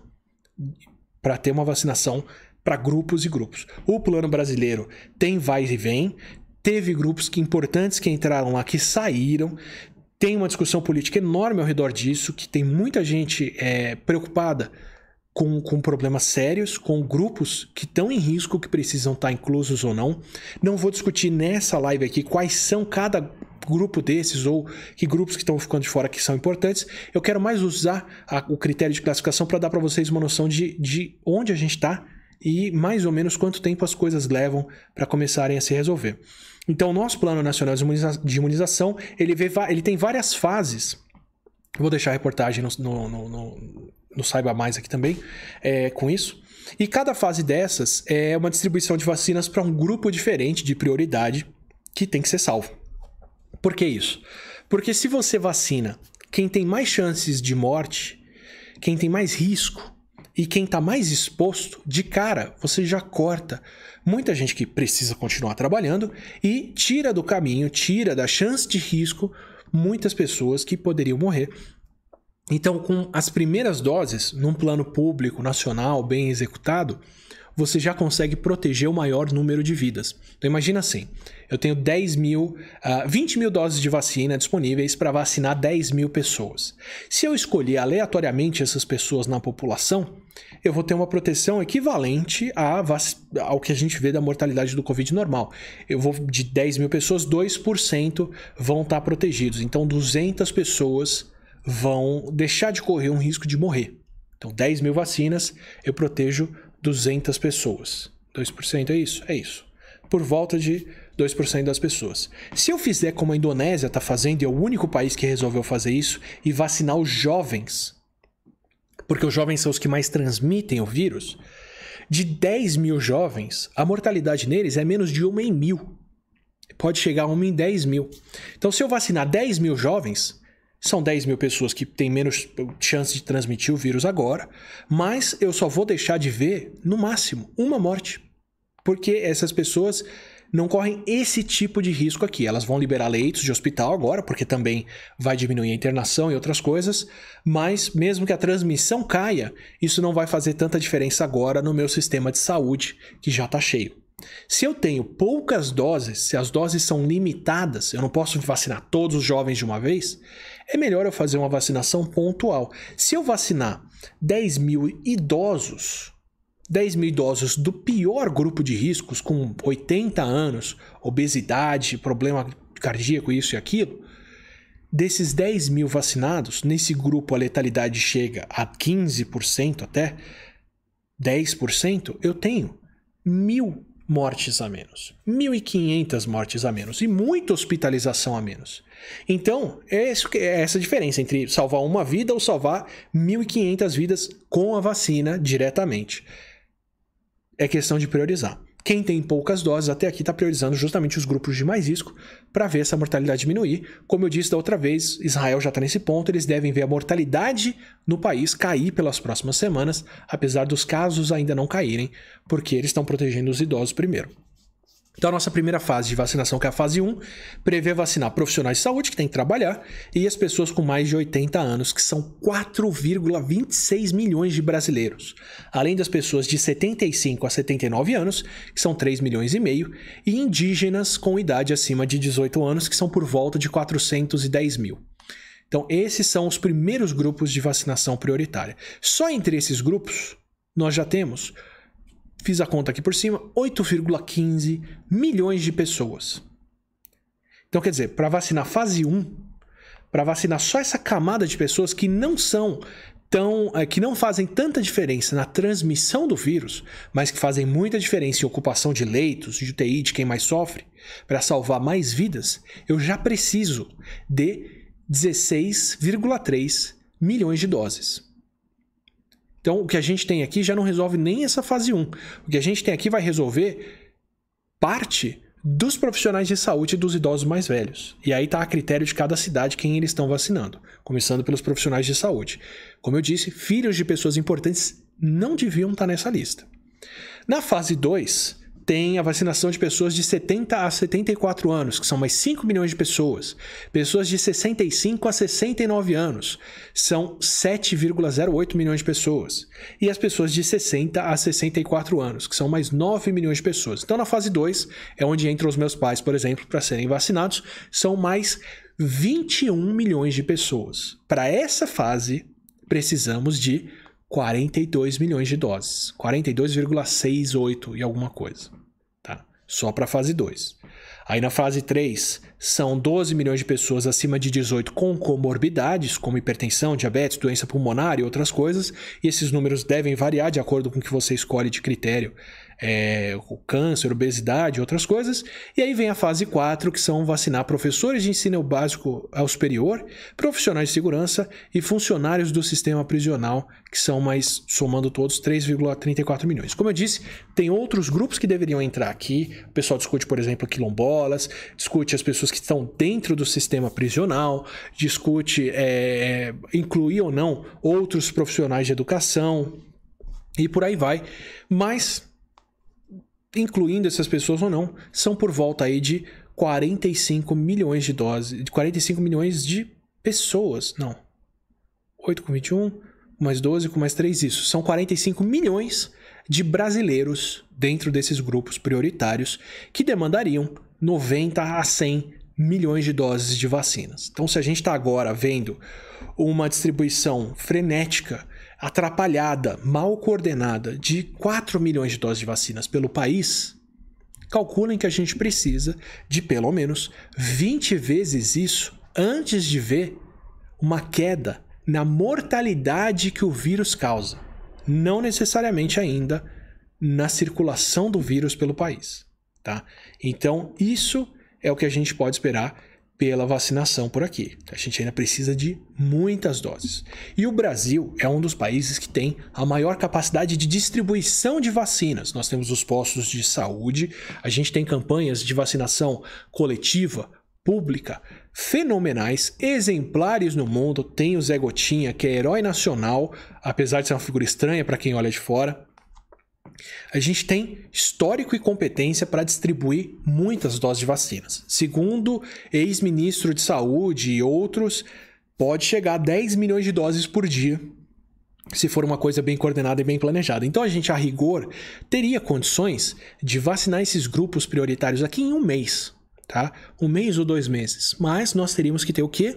para ter uma vacinação para grupos e grupos. O plano brasileiro tem vai e vem, teve grupos importantes que entraram lá que saíram. Tem uma discussão política enorme ao redor disso, que tem muita gente preocupada com problemas sérios, com grupos que estão em risco, que precisam estar inclusos ou não. Não vou discutir nessa live aqui quais são cada grupo desses ou que grupos que estão ficando de fora que são importantes. Eu quero mais usar o critério de classificação para dar para vocês uma noção de onde a gente está e mais ou menos quanto tempo as coisas levam para começarem a se resolver. Então, o nosso Plano Nacional de Imunização, ele tem várias fases. Vou deixar a reportagem no Saiba Mais aqui também, com isso. E cada fase dessas é uma distribuição de vacinas para um grupo diferente de prioridade que tem que ser salvo. Por que isso? Porque se você vacina quem tem mais chances de morte, quem tem mais risco, e quem está mais exposto, de cara, você já corta muita gente que precisa continuar trabalhando e tira do caminho, tira da chance de risco muitas pessoas que poderiam morrer. Então, com as primeiras doses, num plano público, nacional, bem executado, você já consegue proteger o maior número de vidas. Então imagina assim, eu tenho 20 mil doses de vacina disponíveis para vacinar 10 mil pessoas. Se eu escolher aleatoriamente essas pessoas na população, eu vou ter uma proteção equivalente ao que a gente vê da mortalidade do Covid normal. Eu vou de 10 mil pessoas, 2% vão estar protegidos. Então 200 pessoas vão deixar de correr um risco de morrer. Então 10 mil vacinas, eu protejo 200 pessoas. 2% é isso? É isso. Por volta de 2% das pessoas. Se eu fizer como a Indonésia está fazendo, e é o único país que resolveu fazer isso, e vacinar os jovens, porque os jovens são os que mais transmitem o vírus, de 10 mil jovens, a mortalidade neles é menos de 1 em 1.000. Pode chegar a 1 em 10 mil. Então se eu vacinar 10 mil jovens, são 10 mil pessoas que têm menos chance de transmitir o vírus agora, mas eu só vou deixar de ver, no máximo, uma morte. Porque essas pessoas não correm esse tipo de risco aqui. Elas vão liberar leitos de hospital agora, porque também vai diminuir a internação e outras coisas, mas mesmo que a transmissão caia, isso não vai fazer tanta diferença agora no meu sistema de saúde, que já está cheio. Se eu tenho poucas doses, se as doses são limitadas, eu não posso vacinar todos os jovens de uma vez, é melhor eu fazer uma vacinação pontual. Se eu vacinar 10 mil idosos do pior grupo de riscos, com 80 anos, obesidade, problema cardíaco, isso e aquilo, desses 10 mil vacinados, nesse grupo a letalidade chega a 15% até 10%, eu tenho 1.000 mortes a menos, 1.500 mortes a menos e muita hospitalização a menos. Então, é essa diferença entre salvar uma vida ou salvar 1.500 vidas com a vacina diretamente. É questão de priorizar. Quem tem poucas doses até aqui está priorizando justamente os grupos de mais risco para ver essa mortalidade diminuir. Como eu disse da outra vez, Israel já está nesse ponto, eles devem ver a mortalidade no país cair pelas próximas semanas, apesar dos casos ainda não caírem, porque eles estão protegendo os idosos primeiro. Então a nossa primeira fase de vacinação, que é a fase 1, prevê vacinar profissionais de saúde que têm que trabalhar e as pessoas com mais de 80 anos, que são 4,26 milhões de brasileiros, além das pessoas de 75 a 79 anos, que são 3 milhões e meio, e indígenas com idade acima de 18 anos, que são por volta de 410 mil. Então esses são os primeiros grupos de vacinação prioritária. Só entre esses grupos nós já temos, fiz a conta aqui por cima, 8,15 milhões de pessoas. Então, quer dizer, para vacinar fase 1, para vacinar só essa camada de pessoas que não que não fazem tanta diferença na transmissão do vírus, mas que fazem muita diferença em ocupação de leitos, de UTI, de quem mais sofre, para salvar mais vidas, eu já preciso de 16,3 milhões de doses. Então, o que a gente tem aqui já não resolve nem essa fase 1. O que a gente tem aqui vai resolver parte dos profissionais de saúde e dos idosos mais velhos. E aí está a critério de cada cidade quem eles estão vacinando, começando pelos profissionais de saúde. Como eu disse, filhos de pessoas importantes não deviam estar nessa lista. Na fase 2, tem a vacinação de pessoas de 70 a 74 anos, que são mais 5 milhões de pessoas. Pessoas de 65 a 69 anos, são 7,08 milhões de pessoas. E as pessoas de 60 a 64 anos, que são mais 9 milhões de pessoas. Então, na fase 2, é onde entram os meus pais, por exemplo, para serem vacinados, são mais 21 milhões de pessoas. Para essa fase, precisamos de 42 milhões de doses, 42,68 e alguma coisa, tá? Só para a fase 2. Aí na fase 3, são 12 milhões de pessoas acima de 18 com comorbidades, como hipertensão, diabetes, doença pulmonar e outras coisas, e esses números devem variar de acordo com o que você escolhe de critério, o câncer, obesidade e outras coisas. E aí vem a fase 4, que são vacinar professores de ensino básico ao superior, profissionais de segurança e funcionários do sistema prisional, que são mais, somando todos, 3,34 milhões. Como eu disse, tem outros grupos que deveriam entrar aqui. O pessoal discute, por exemplo, quilombolas, discute as pessoas que estão dentro do sistema prisional, discute incluir ou não outros profissionais de educação e por aí vai. Mas, incluindo essas pessoas ou não, são por volta aí de 45 milhões de doses, de 45 milhões de pessoas, não, 8 com 21, mais 12 com mais 3, isso, são 45 milhões de brasileiros dentro desses grupos prioritários que demandariam 90 a 100 milhões de doses de vacinas. Então, se a gente está agora vendo uma distribuição frenética, atrapalhada, mal coordenada de 4 milhões de doses de vacinas pelo país, calculem que a gente precisa de pelo menos 20 vezes isso antes de ver uma queda na mortalidade que o vírus causa. Não necessariamente ainda na circulação do vírus pelo país, tá? Então, isso é o que a gente pode esperar pela vacinação por aqui. A gente ainda precisa de muitas doses. E o Brasil é um dos países que tem a maior capacidade de distribuição de vacinas. Nós temos os postos de saúde, a gente tem campanhas de vacinação coletiva, pública, fenomenais, exemplares no mundo. Tem o Zé Gotinha, que é herói nacional, apesar de ser uma figura estranha para quem olha de fora. A gente tem histórico e competência para distribuir muitas doses de vacinas. Segundo ex-ministro de saúde e outros, pode chegar a 10 milhões de doses por dia, se for uma coisa bem coordenada e bem planejada. Então a gente, a rigor, teria condições de vacinar esses grupos prioritários aqui em um mês, tá? 1 mês ou 2 meses. Mas nós teríamos que ter o quê?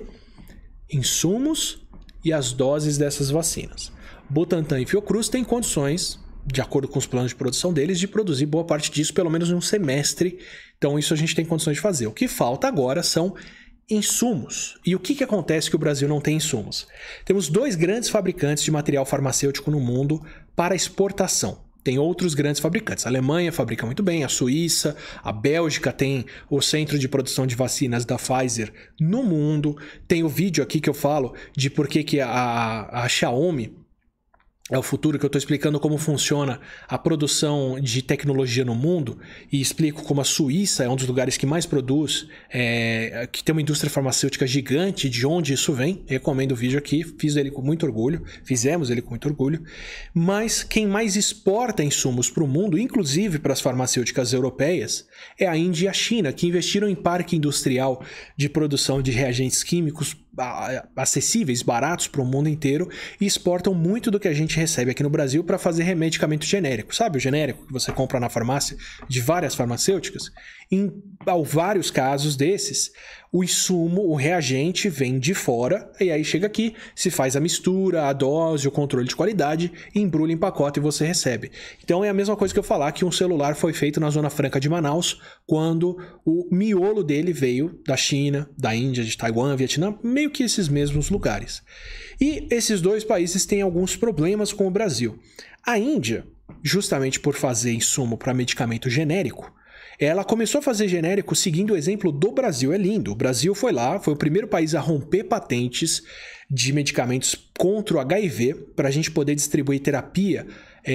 Insumos e as doses dessas vacinas. Butantan e Fiocruz têm condições, de acordo com os planos de produção deles, de produzir boa parte disso pelo menos em um semestre. Então isso a gente tem condições de fazer. O que falta agora são insumos. E o que acontece que o Brasil não tem insumos? Temos 2 grandes fabricantes de material farmacêutico no mundo para exportação. Tem outros grandes fabricantes. A Alemanha fabrica muito bem, a Suíça, a Bélgica tem o centro de produção de vacinas da Pfizer no mundo. Tem o vídeo aqui que eu falo de por que a Xiaomi é o futuro, que eu estou explicando como funciona a produção de tecnologia no mundo, e explico como a Suíça é um dos lugares que mais produz, que tem uma indústria farmacêutica gigante, de onde isso vem. Recomendo o vídeo aqui, fizemos ele com muito orgulho. Mas quem mais exporta insumos para o mundo, inclusive para as farmacêuticas europeias, é a Índia e a China, que investiram em parque industrial de produção de reagentes químicos acessíveis, baratos para o mundo inteiro, e exportam muito do que a gente recebe aqui no Brasil para fazer remedicamento genérico. Sabe o genérico que você compra na farmácia de várias farmacêuticas? Em vários casos desses, o insumo, o reagente vem de fora, e aí chega aqui, se faz a mistura, a dose, o controle de qualidade, embrulha em pacote e você recebe. Então é a mesma coisa que eu falar que um celular foi feito na Zona Franca de Manaus, quando o miolo dele veio da China, da Índia, de Taiwan, Vietnã, meio que esses mesmos lugares. E esses 2 países têm alguns problemas com o Brasil. A Índia, justamente por fazer insumo para medicamento genérico, ela começou a fazer genérico seguindo o exemplo do Brasil. É lindo. O Brasil foi lá, foi o primeiro país a romper patentes de medicamentos contra o HIV para a gente poder distribuir terapia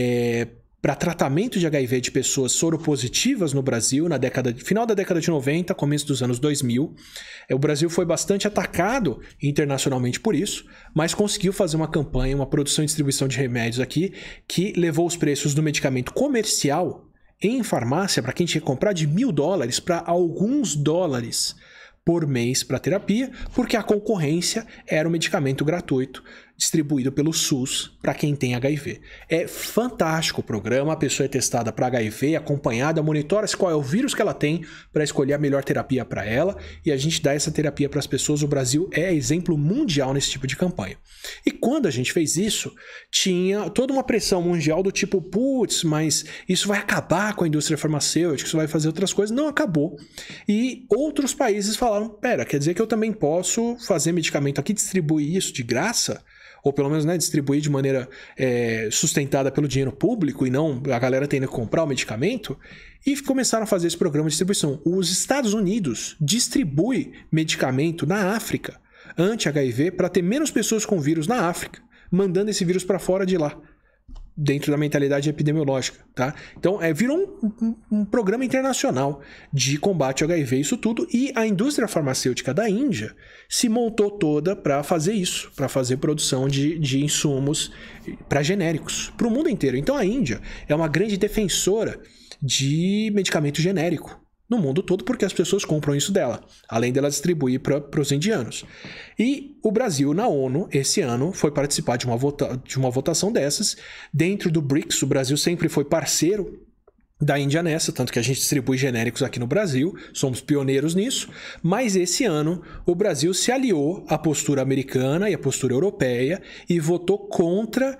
para tratamento de HIV de pessoas soropositivas no Brasil, final da década de 90, começo dos anos 2000. O Brasil foi bastante atacado internacionalmente por isso, mas conseguiu fazer uma campanha, uma produção e distribuição de remédios aqui, que levou os preços do medicamento comercial em farmácia, para quem tinha que comprar, de $1.000 para alguns dólares por mês para terapia, porque a concorrência era um medicamento gratuito distribuído pelo SUS para quem tem HIV. É fantástico o programa, a pessoa é testada para HIV, acompanhada, monitora-se qual é o vírus que ela tem para escolher a melhor terapia para ela, e a gente dá essa terapia para as pessoas. O Brasil é exemplo mundial nesse tipo de campanha. E quando a gente fez isso, tinha toda uma pressão mundial do tipo, putz, mas isso vai acabar com a indústria farmacêutica, isso vai fazer outras coisas. Não acabou. E outros países falaram, pera, quer dizer que eu também posso fazer medicamento aqui, distribuir isso de graça? Ou pelo menos, né, distribuir de maneira sustentada pelo dinheiro público e não a galera tendo que comprar o medicamento, e começaram a fazer esse programa de distribuição. Os Estados Unidos distribui medicamento na África anti-HIV para ter menos pessoas com vírus na África, mandando esse vírus para fora de lá, dentro da mentalidade epidemiológica, tá? Então, virou um programa internacional de combate ao HIV, isso tudo, e a indústria farmacêutica da Índia se montou toda para fazer isso, para fazer produção de insumos para genéricos, para o mundo inteiro. Então, a Índia é uma grande defensora de medicamento genérico, no mundo todo, porque as pessoas compram isso dela, além dela distribuir para os indianos. E o Brasil, na ONU, esse ano, foi participar de uma votação dessas. Dentro do BRICS, o Brasil sempre foi parceiro da Índia nessa, tanto que a gente distribui genéricos aqui no Brasil, somos pioneiros nisso, mas esse ano o Brasil se aliou à postura americana e à postura europeia e votou contra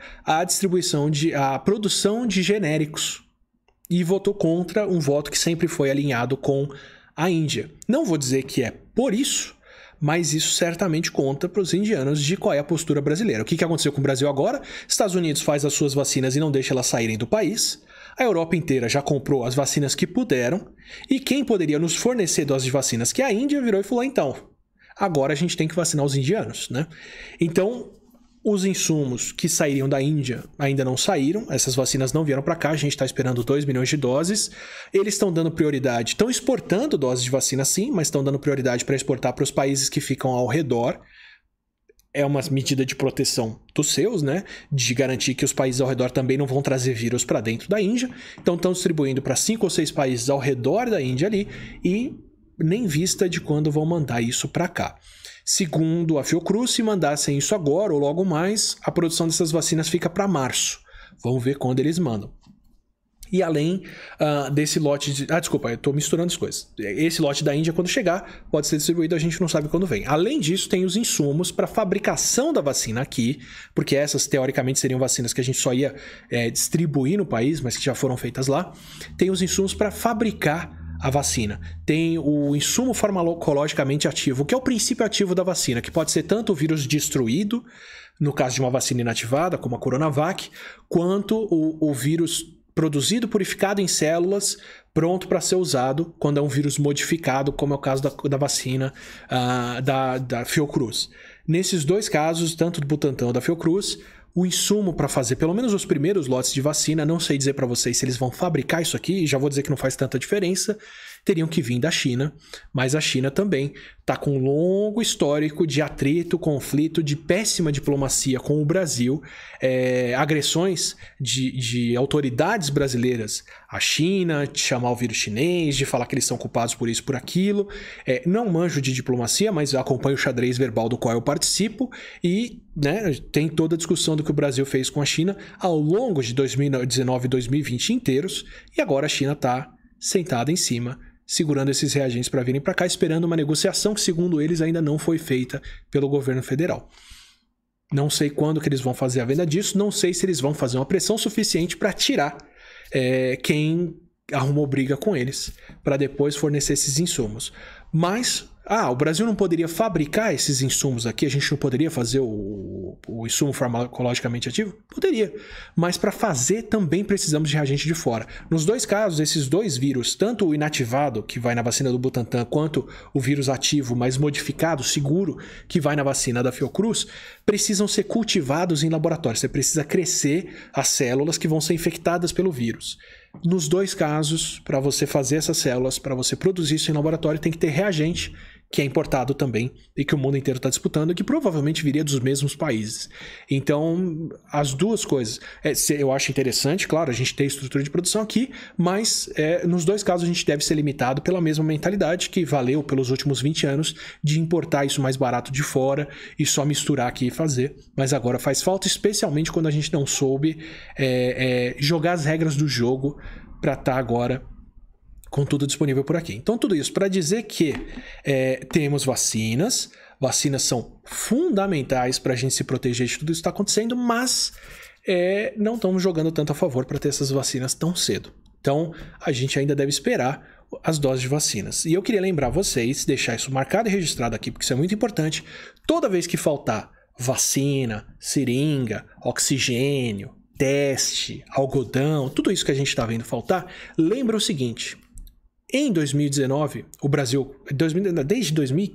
a produção de genéricos. E votou contra um voto que sempre foi alinhado com a Índia. Não vou dizer que é por isso, mas isso certamente conta para os indianos de qual é a postura brasileira. O que aconteceu com o Brasil agora? Estados Unidos faz as suas vacinas e não deixa elas saírem do país. A Europa inteira já comprou as vacinas que puderam. E quem poderia nos fornecer doses de vacinas? Que a Índia virou e falou, então, agora a gente tem que vacinar os indianos, né? Então, os insumos que sairiam da Índia ainda não saíram, essas vacinas não vieram para cá, a gente está esperando 2 milhões de doses. Eles estão dando prioridade, estão exportando doses de vacina sim, mas estão dando prioridade para exportar para os países que ficam ao redor. É uma medida de proteção dos seus, né? De garantir que os países ao redor também não vão trazer vírus para dentro da Índia. Então estão distribuindo para 5 ou 6 países ao redor da Índia ali e nem vista de quando vão mandar isso para cá. Segundo a Fiocruz, se mandassem isso agora ou logo mais, a produção dessas vacinas fica para março. Vamos ver quando eles mandam. E além desse lote de... desculpa, eu estou misturando as coisas. Esse lote da Índia, quando chegar, pode ser distribuído, a gente não sabe quando vem. Além disso, tem os insumos para fabricação da vacina aqui, porque essas, teoricamente, seriam vacinas que a gente só ia distribuir no país, mas que já foram feitas lá. Tem os insumos para fabricar a vacina. Tem o insumo farmacologicamente ativo, que é o princípio ativo da vacina, que pode ser tanto o vírus destruído, no caso de uma vacina inativada, como a Coronavac, quanto o vírus produzido, purificado em células, pronto para ser usado quando é um vírus modificado, como é o caso da vacina da Fiocruz. Nesses dois casos, tanto do Butantan ou da Fiocruz, o insumo para fazer pelo menos os primeiros lotes de vacina, não sei dizer para vocês se eles vão fabricar isso aqui, já vou dizer que não faz tanta diferença, teriam que vir da China, mas a China também está com um longo histórico de atrito, conflito, de péssima diplomacia com o Brasil, agressões de autoridades brasileiras à China, de chamar o vírus chinês, de falar que eles são culpados por isso, por aquilo. Não manjo de diplomacia, mas acompanho o xadrez verbal do qual eu participo e tem toda a discussão do que o Brasil fez com a China ao longo de 2019 e 2020 inteiros, e agora a China está sentada em cima, segurando esses reagentes para virem para cá, esperando uma negociação que, segundo eles, ainda não foi feita pelo governo federal. Não sei quando que eles vão fazer a venda disso, não sei se eles vão fazer uma pressão suficiente para tirar quem arrumou briga com eles, para depois fornecer esses insumos. Mas, o Brasil não poderia fabricar esses insumos aqui? A gente não poderia fazer o insumo farmacologicamente ativo? Poderia. Mas para fazer também precisamos de reagente de fora. Nos dois casos, esses dois vírus, tanto o inativado, que vai na vacina do Butantan, quanto o vírus ativo, mais modificado, seguro, que vai na vacina da Fiocruz, precisam ser cultivados em laboratório. Você precisa crescer as células que vão ser infectadas pelo vírus. Nos dois casos, para você fazer essas células, para você produzir isso em laboratório, tem que ter reagente, que é importado também e que o mundo inteiro está disputando e que provavelmente viria dos mesmos países. Então, as duas coisas. Eu acho interessante, claro, a gente ter estrutura de produção aqui, mas nos dois casos a gente deve ser limitado pela mesma mentalidade que valeu pelos últimos 20 anos de importar isso mais barato de fora e só misturar aqui e fazer. Mas agora faz falta, especialmente quando a gente não soube jogar as regras do jogo para estar agora com tudo disponível por aqui. Então, tudo isso para dizer que temos vacinas são fundamentais para a gente se proteger de tudo isso que está acontecendo, mas não estamos jogando tanto a favor para ter essas vacinas tão cedo. Então, a gente ainda deve esperar as doses de vacinas. E eu queria lembrar vocês, deixar isso marcado e registrado aqui, porque isso é muito importante. Toda vez que faltar vacina, seringa, oxigênio, teste, algodão, tudo isso que a gente está vendo faltar, lembra o seguinte: em 2019, o Brasil, desde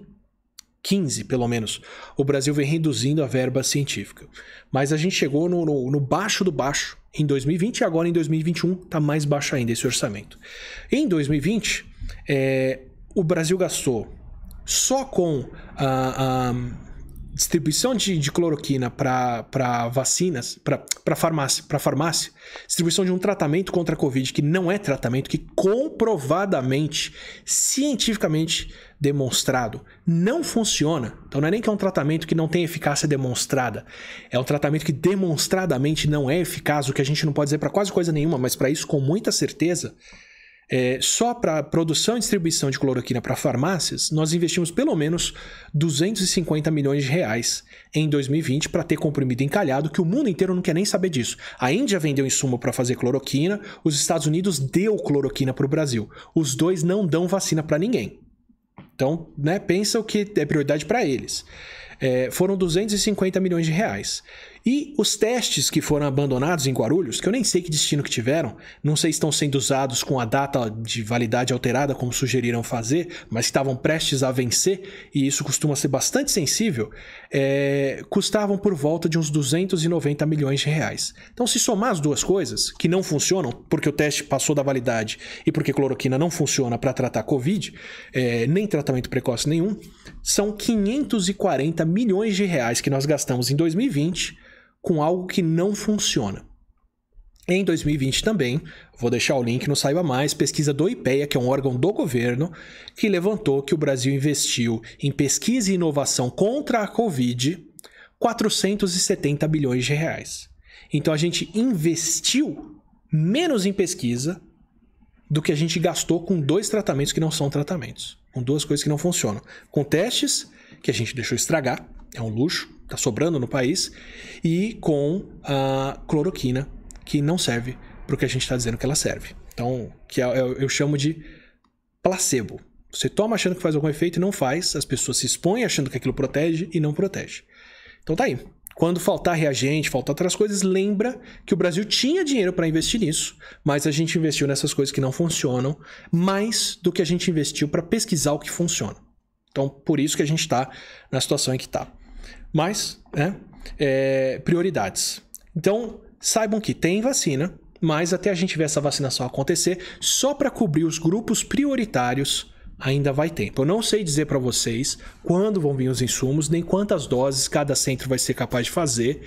2015 pelo menos, o Brasil vem reduzindo a verba científica. Mas a gente chegou no baixo do baixo em 2020 e agora em 2021 está mais baixo ainda esse orçamento. Em 2020, o Brasil gastou só com distribuição de cloroquina para vacinas, para farmácia, distribuição de um tratamento contra a Covid que não é tratamento, que comprovadamente, cientificamente demonstrado, não funciona. Então não é nem que é um tratamento que não tem eficácia demonstrada, é um tratamento que demonstradamente não é eficaz, o que a gente não pode dizer para quase coisa nenhuma, mas para isso com muita certeza. Só para produção e distribuição de cloroquina para farmácias, nós investimos pelo menos 250 milhões de reais em 2020 para ter comprimido encalhado, que o mundo inteiro não quer nem saber disso. A Índia vendeu insumo para fazer cloroquina, os Estados Unidos deu cloroquina para o Brasil. Os dois não dão vacina para ninguém. Então, né, pensa o que é prioridade para eles. Foram 250 milhões de reais. E os testes que foram abandonados em Guarulhos, que eu nem sei que destino que tiveram, não sei se estão sendo usados com a data de validade alterada, como sugeriram fazer, mas estavam prestes a vencer, e isso costuma ser bastante sensível, custavam por volta de uns 290 milhões de reais. Então, se somar as duas coisas, que não funcionam, porque o teste passou da validade e porque cloroquina não funciona para tratar Covid, nem tratamento precoce nenhum, são 540 milhões de reais que nós gastamos em 2020 com algo que não funciona. Em 2020 também, vou deixar o link no Saiba Mais, pesquisa do IPEA, que é um órgão do governo, que levantou que o Brasil investiu em pesquisa e inovação contra a Covid 470 bilhões de reais. Então a gente investiu menos em pesquisa do que a gente gastou com 2 tratamentos que não são tratamentos, com 2 coisas que não funcionam. Com testes, que a gente deixou estragar, é um luxo, tá sobrando no país, e com a cloroquina, que não serve para o que a gente está dizendo que ela serve. Então, que eu chamo de placebo. Você toma achando que faz algum efeito e não faz, as pessoas se expõem achando que aquilo protege e não protege. Então tá aí. Quando faltar reagente, faltar outras coisas, lembra que o Brasil tinha dinheiro para investir nisso, mas a gente investiu nessas coisas que não funcionam mais do que a gente investiu para pesquisar o que funciona. Então, por isso que a gente está na situação em que está. Mas, prioridades. Então, saibam que tem vacina, mas até a gente ver essa vacinação acontecer, só para cobrir os grupos prioritários ainda vai tempo. Eu não sei dizer para vocês quando vão vir os insumos, nem quantas doses cada centro vai ser capaz de fazer.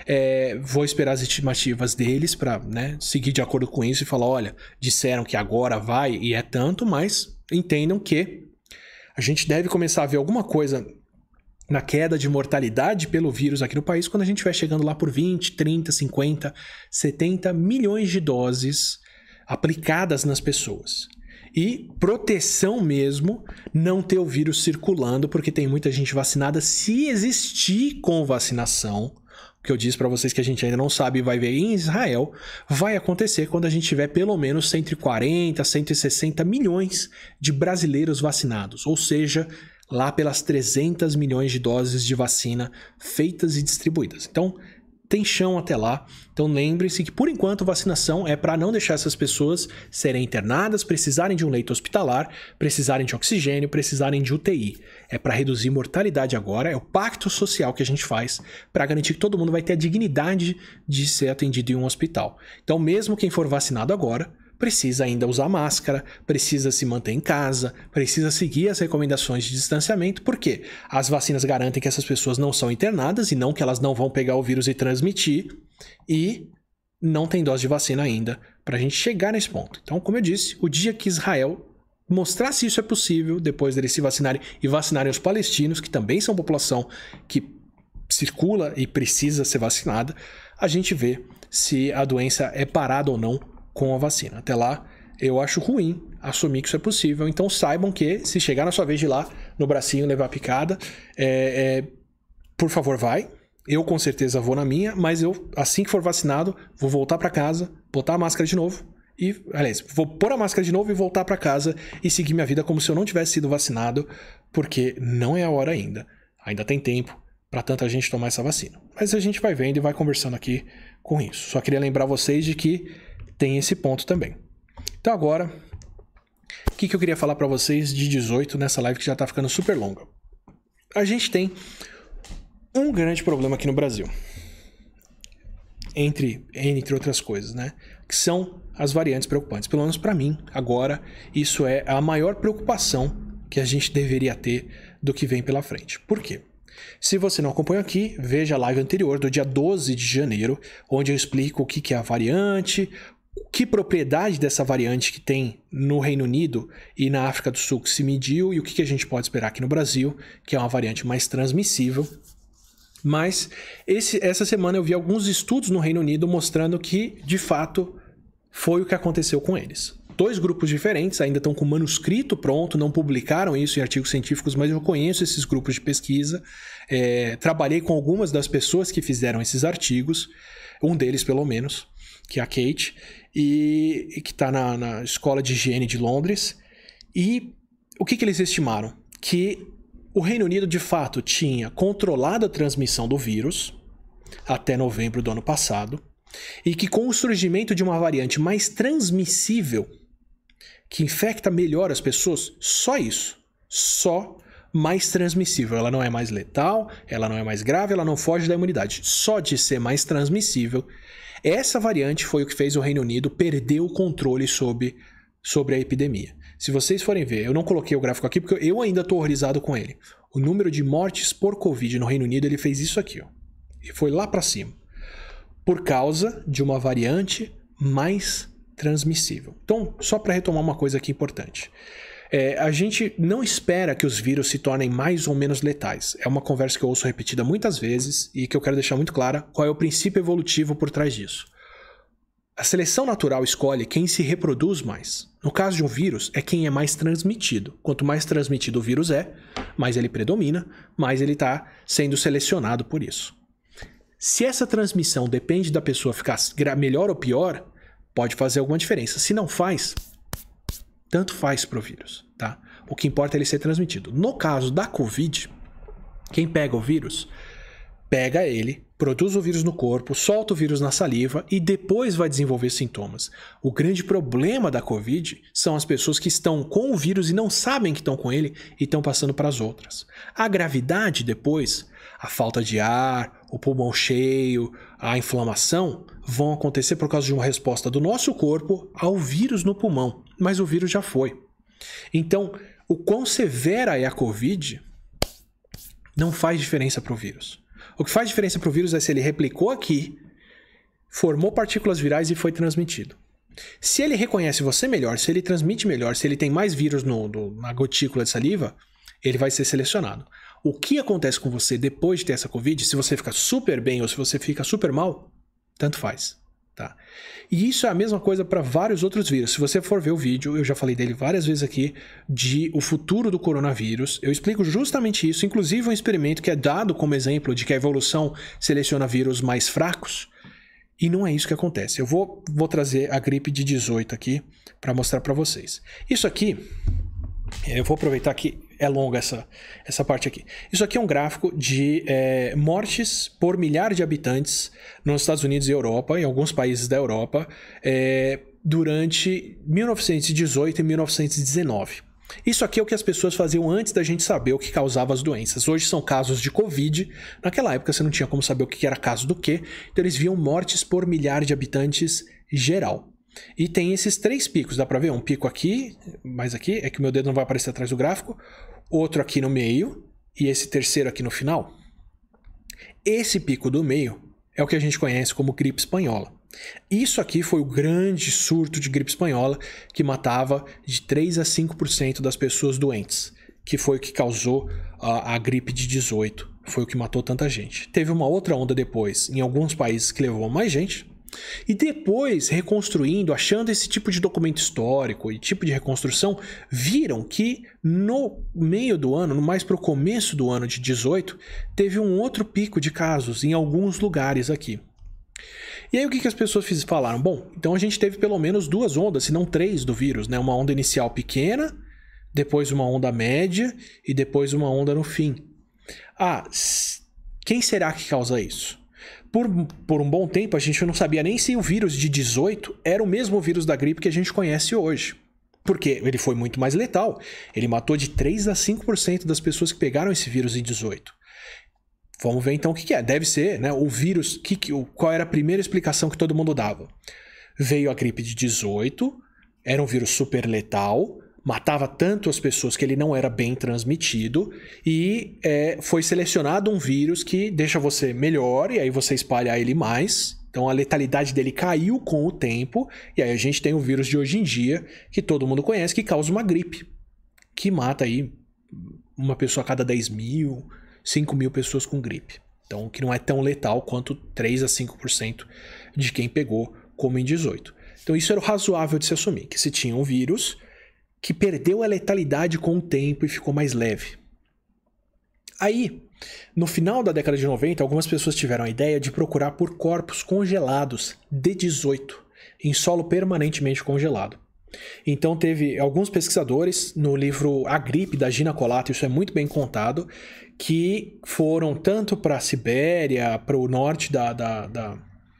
Vou esperar as estimativas deles para, né, seguir de acordo com isso e falar, olha, disseram que agora vai e é tanto, mas entendam que a gente deve começar a ver alguma coisa na queda de mortalidade pelo vírus aqui no país quando a gente estiver chegando lá por 20, 30, 50, 70 milhões de doses aplicadas nas pessoas. E proteção mesmo, não ter o vírus circulando, porque tem muita gente vacinada. Se existir com vacinação, o que eu disse para vocês que a gente ainda não sabe e vai ver em Israel, vai acontecer quando a gente tiver pelo menos 140, 160 milhões de brasileiros vacinados. Ou seja, lá pelas 300 milhões de doses de vacina feitas e distribuídas. Então, tem chão até lá. Então, lembre-se que, por enquanto, vacinação é para não deixar essas pessoas serem internadas, precisarem de um leito hospitalar, precisarem de oxigênio, precisarem de UTI. É para reduzir mortalidade agora, é o pacto social que a gente faz para garantir que todo mundo vai ter a dignidade de ser atendido em um hospital. Então, mesmo quem for vacinado agora, precisa ainda usar máscara, precisa se manter em casa, precisa seguir as recomendações de distanciamento, porque as vacinas garantem que essas pessoas não são internadas e não que elas não vão pegar o vírus e transmitir, e não tem dose de vacina ainda para a gente chegar nesse ponto. Então, como eu disse, o dia que Israel mostrar se isso é possível, depois deles se vacinarem e vacinarem os palestinos, que também são população que circula e precisa ser vacinada, a gente vê se a doença é parada ou não com a vacina. Até lá, eu acho ruim assumir que isso é possível. Então saibam que, se chegar na sua vez de ir lá no bracinho levar a picada, por favor, vai. Eu com certeza vou na minha, mas eu, assim que for vacinado, vou voltar para casa, botar a máscara de novo e, aliás, vou pôr a máscara de novo e voltar para casa e seguir minha vida como se eu não tivesse sido vacinado, porque não é a hora ainda. Ainda tem tempo para tanta gente tomar essa vacina. Mas a gente vai vendo e vai conversando aqui com isso. Só queria lembrar vocês de que tem esse ponto também. Então agora, o que eu queria falar para vocês de 18 nessa live que já tá ficando super longa. A gente tem um grande problema aqui no Brasil. Entre outras coisas, né? Que são as variantes preocupantes. Pelo menos para mim, agora, isso é a maior preocupação que a gente deveria ter do que vem pela frente. Por quê? Se você não acompanha aqui, veja a live anterior do dia 12 de janeiro, onde eu explico o que é a variante, que propriedade dessa variante que tem no Reino Unido e na África do Sul que se mediu e o que a gente pode esperar aqui no Brasil, que é uma variante mais transmissível. Mas essa semana eu vi alguns estudos no Reino Unido mostrando que, de fato, foi o que aconteceu com eles. 2 grupos diferentes, ainda estão com o manuscrito pronto, não publicaram isso em artigos científicos, mas eu conheço esses grupos de pesquisa, trabalhei com algumas das pessoas que fizeram esses artigos, um deles pelo menos, que é a Kate, e que está na Escola de Higiene de Londres. E o que eles estimaram? Que o Reino Unido, de fato, tinha controlado a transmissão do vírus até novembro do ano passado, e que com o surgimento de uma variante mais transmissível, que infecta melhor as pessoas, só isso, só mais transmissível. Ela não é mais letal, ela não é mais grave, ela não foge da imunidade. Só de ser mais transmissível, essa variante foi o que fez o Reino Unido perder o controle sobre a epidemia. Se vocês forem ver, eu não coloquei o gráfico aqui porque eu ainda estou horrorizado com ele. O número de mortes por Covid no Reino Unido, ele fez isso aqui, ó, e foi lá para cima, por causa de uma variante mais transmissível. Então, só para retomar uma coisa aqui importante. A gente não espera que os vírus se tornem mais ou menos letais. É uma conversa que eu ouço repetida muitas vezes e que eu quero deixar muito clara qual é o princípio evolutivo por trás disso. A seleção natural escolhe quem se reproduz mais. No caso de um vírus, é quem é mais transmitido. Quanto mais transmitido o vírus mais ele predomina, mais ele está sendo selecionado por isso. Se essa transmissão depende da pessoa ficar melhor ou pior, pode fazer alguma diferença. Se não faz, tanto faz para o vírus, tá? O que importa é ele ser transmitido. No caso da Covid, quem pega o vírus, pega ele, produz o vírus no corpo, solta o vírus na saliva e depois vai desenvolver sintomas. O grande problema da Covid são as pessoas que estão com o vírus e não sabem que estão com ele e estão passando para as outras. A gravidade depois, a falta de ar, o pulmão cheio, a inflamação, vão acontecer por causa de uma resposta do nosso corpo ao vírus no pulmão. Mas o vírus já foi. Então, o quão severa é a Covid não faz diferença para o vírus. O que faz diferença para o vírus é se ele replicou aqui, formou partículas virais e foi transmitido. Se ele reconhece você melhor, se ele transmite melhor, se ele tem mais vírus na gotícula de saliva, ele vai ser selecionado. O que acontece com você depois de ter essa Covid, se você fica super bem ou se você fica super mal, tanto faz. Tá? E isso é a mesma coisa para vários outros vírus. Se você for ver o vídeo, eu já falei dele várias vezes aqui, de o futuro do coronavírus. Eu explico justamente isso, inclusive um experimento que é dado como exemplo de que a evolução seleciona vírus mais fracos. E não é isso que acontece. Eu vou trazer a gripe de 18 aqui para mostrar para vocês. Isso aqui, eu vou aproveitar que é longa essa parte aqui. Isso aqui é um gráfico de mortes por milhar de habitantes nos Estados Unidos e Europa, em alguns países da Europa, durante 1918 e 1919. Isso aqui é o que as pessoas faziam antes da gente saber o que causava as doenças. Hoje são casos de Covid. Naquela época você não tinha como saber o que era caso do quê. Então eles viam mortes por milhar de habitantes geral. E tem esses 3 picos, dá pra ver? Um pico aqui, mais aqui, é que o meu dedo não vai aparecer atrás do gráfico. Outro aqui no meio e esse terceiro aqui no final. Esse pico do meio é o que a gente conhece como gripe espanhola. Isso aqui foi o grande surto de gripe espanhola que matava de 3 a 5% das pessoas doentes, que foi o que causou a gripe de 18, foi o que matou tanta gente. Teve uma outra onda depois, em alguns países, que levou mais gente. E depois, reconstruindo, achando esse tipo de documento histórico e tipo de reconstrução, viram que no meio do ano, mais para o começo do ano de 18, teve um outro pico de casos em alguns lugares aqui. E aí o que as pessoas falaram? Bom, então a gente teve pelo menos 2 ondas, se não 3 do vírus, né? Uma onda inicial pequena, depois uma onda média e depois uma onda no fim. Quem será que causa isso? Por um bom tempo, a gente não sabia nem se o vírus de 18 era o mesmo vírus da gripe que a gente conhece hoje. Porque ele foi muito mais letal. Ele matou de 3 a 5% das pessoas que pegaram esse vírus em 18. Vamos ver então o que é. Deve ser, né, o vírus... Qual era a primeira explicação que todo mundo dava? Veio a gripe de 18, era um vírus super letal, matava tanto as pessoas que ele não era bem transmitido e foi selecionado um vírus que deixa você melhor e aí você espalha ele mais. Então a letalidade dele caiu com o tempo e aí a gente tem o vírus de hoje em dia que todo mundo conhece, que causa uma gripe, que mata aí uma pessoa a cada 10 mil, 5 mil pessoas com gripe. Então que não é tão letal quanto 3 a 5% de quem pegou como em 18. Então isso era o razoável de se assumir, que se tinha um vírus que perdeu a letalidade com o tempo e ficou mais leve. Aí, no final da década de 90, algumas pessoas tiveram a ideia de procurar por corpos congelados D18 em solo permanentemente congelado. Então teve alguns pesquisadores, no livro A Gripe, da Gina Colato, isso é muito bem contado, que foram tanto para a Sibéria, para o norte para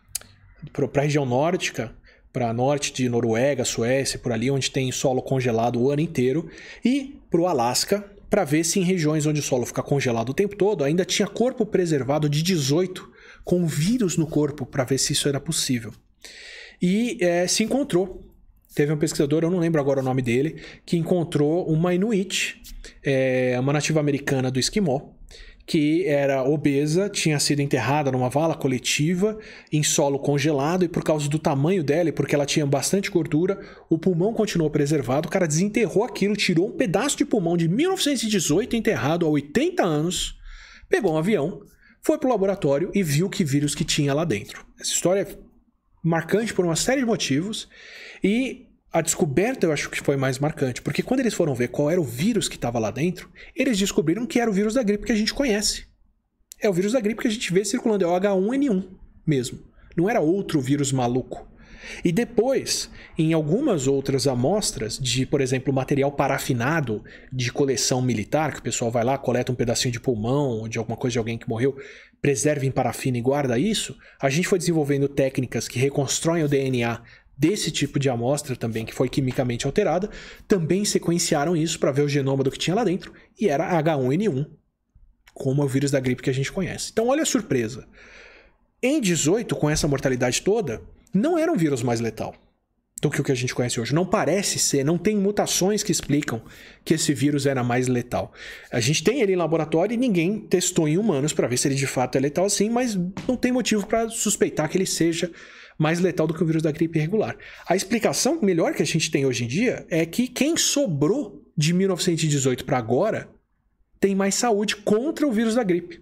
a região nórdica, para norte de Noruega, Suécia, por ali, onde tem solo congelado o ano inteiro, e para o Alasca, para ver se em regiões onde o solo fica congelado o tempo todo, ainda tinha corpo preservado de 18 com vírus no corpo, para ver se isso era possível. E se encontrou. Teve um pesquisador, eu não lembro agora o nome dele, que encontrou uma Inuit, uma nativa americana do Esquimó, que era obesa, tinha sido enterrada numa vala coletiva, em solo congelado, e por causa do tamanho dela, e porque ela tinha bastante gordura, o pulmão continuou preservado. O cara desenterrou aquilo, tirou um pedaço de pulmão de 1918, enterrado há 80 anos, pegou um avião, foi pro laboratório e viu que vírus que tinha lá dentro. Essa história é marcante por uma série de motivos, e a descoberta eu acho que foi mais marcante, porque quando eles foram ver qual era o vírus que estava lá dentro, eles descobriram que era o vírus da gripe que a gente conhece. É o vírus da gripe que a gente vê circulando, é o H1N1 mesmo. Não era outro vírus maluco. E depois, em algumas outras amostras de, por exemplo, material parafinado de coleção militar, que o pessoal vai lá, coleta um pedacinho de pulmão ou de alguma coisa de alguém que morreu, preserva em parafina e guarda isso, a gente foi desenvolvendo técnicas que reconstroem o DNA desse tipo de amostra também, que foi quimicamente alterada, também sequenciaram isso para ver o genoma do que tinha lá dentro, e era H1N1, como é o vírus da gripe que a gente conhece. Então olha a surpresa. Em 18, com essa mortalidade toda, não era um vírus mais letal do que o que a gente conhece hoje. Não parece ser, não tem mutações que explicam que esse vírus era mais letal. A gente tem ele em laboratório e ninguém testou em humanos para ver se ele de fato é letal assim, mas não tem motivo para suspeitar que ele seja mais letal do que o vírus da gripe regular. A explicação melhor que a gente tem hoje em dia é que quem sobrou de 1918 para agora tem mais saúde contra o vírus da gripe.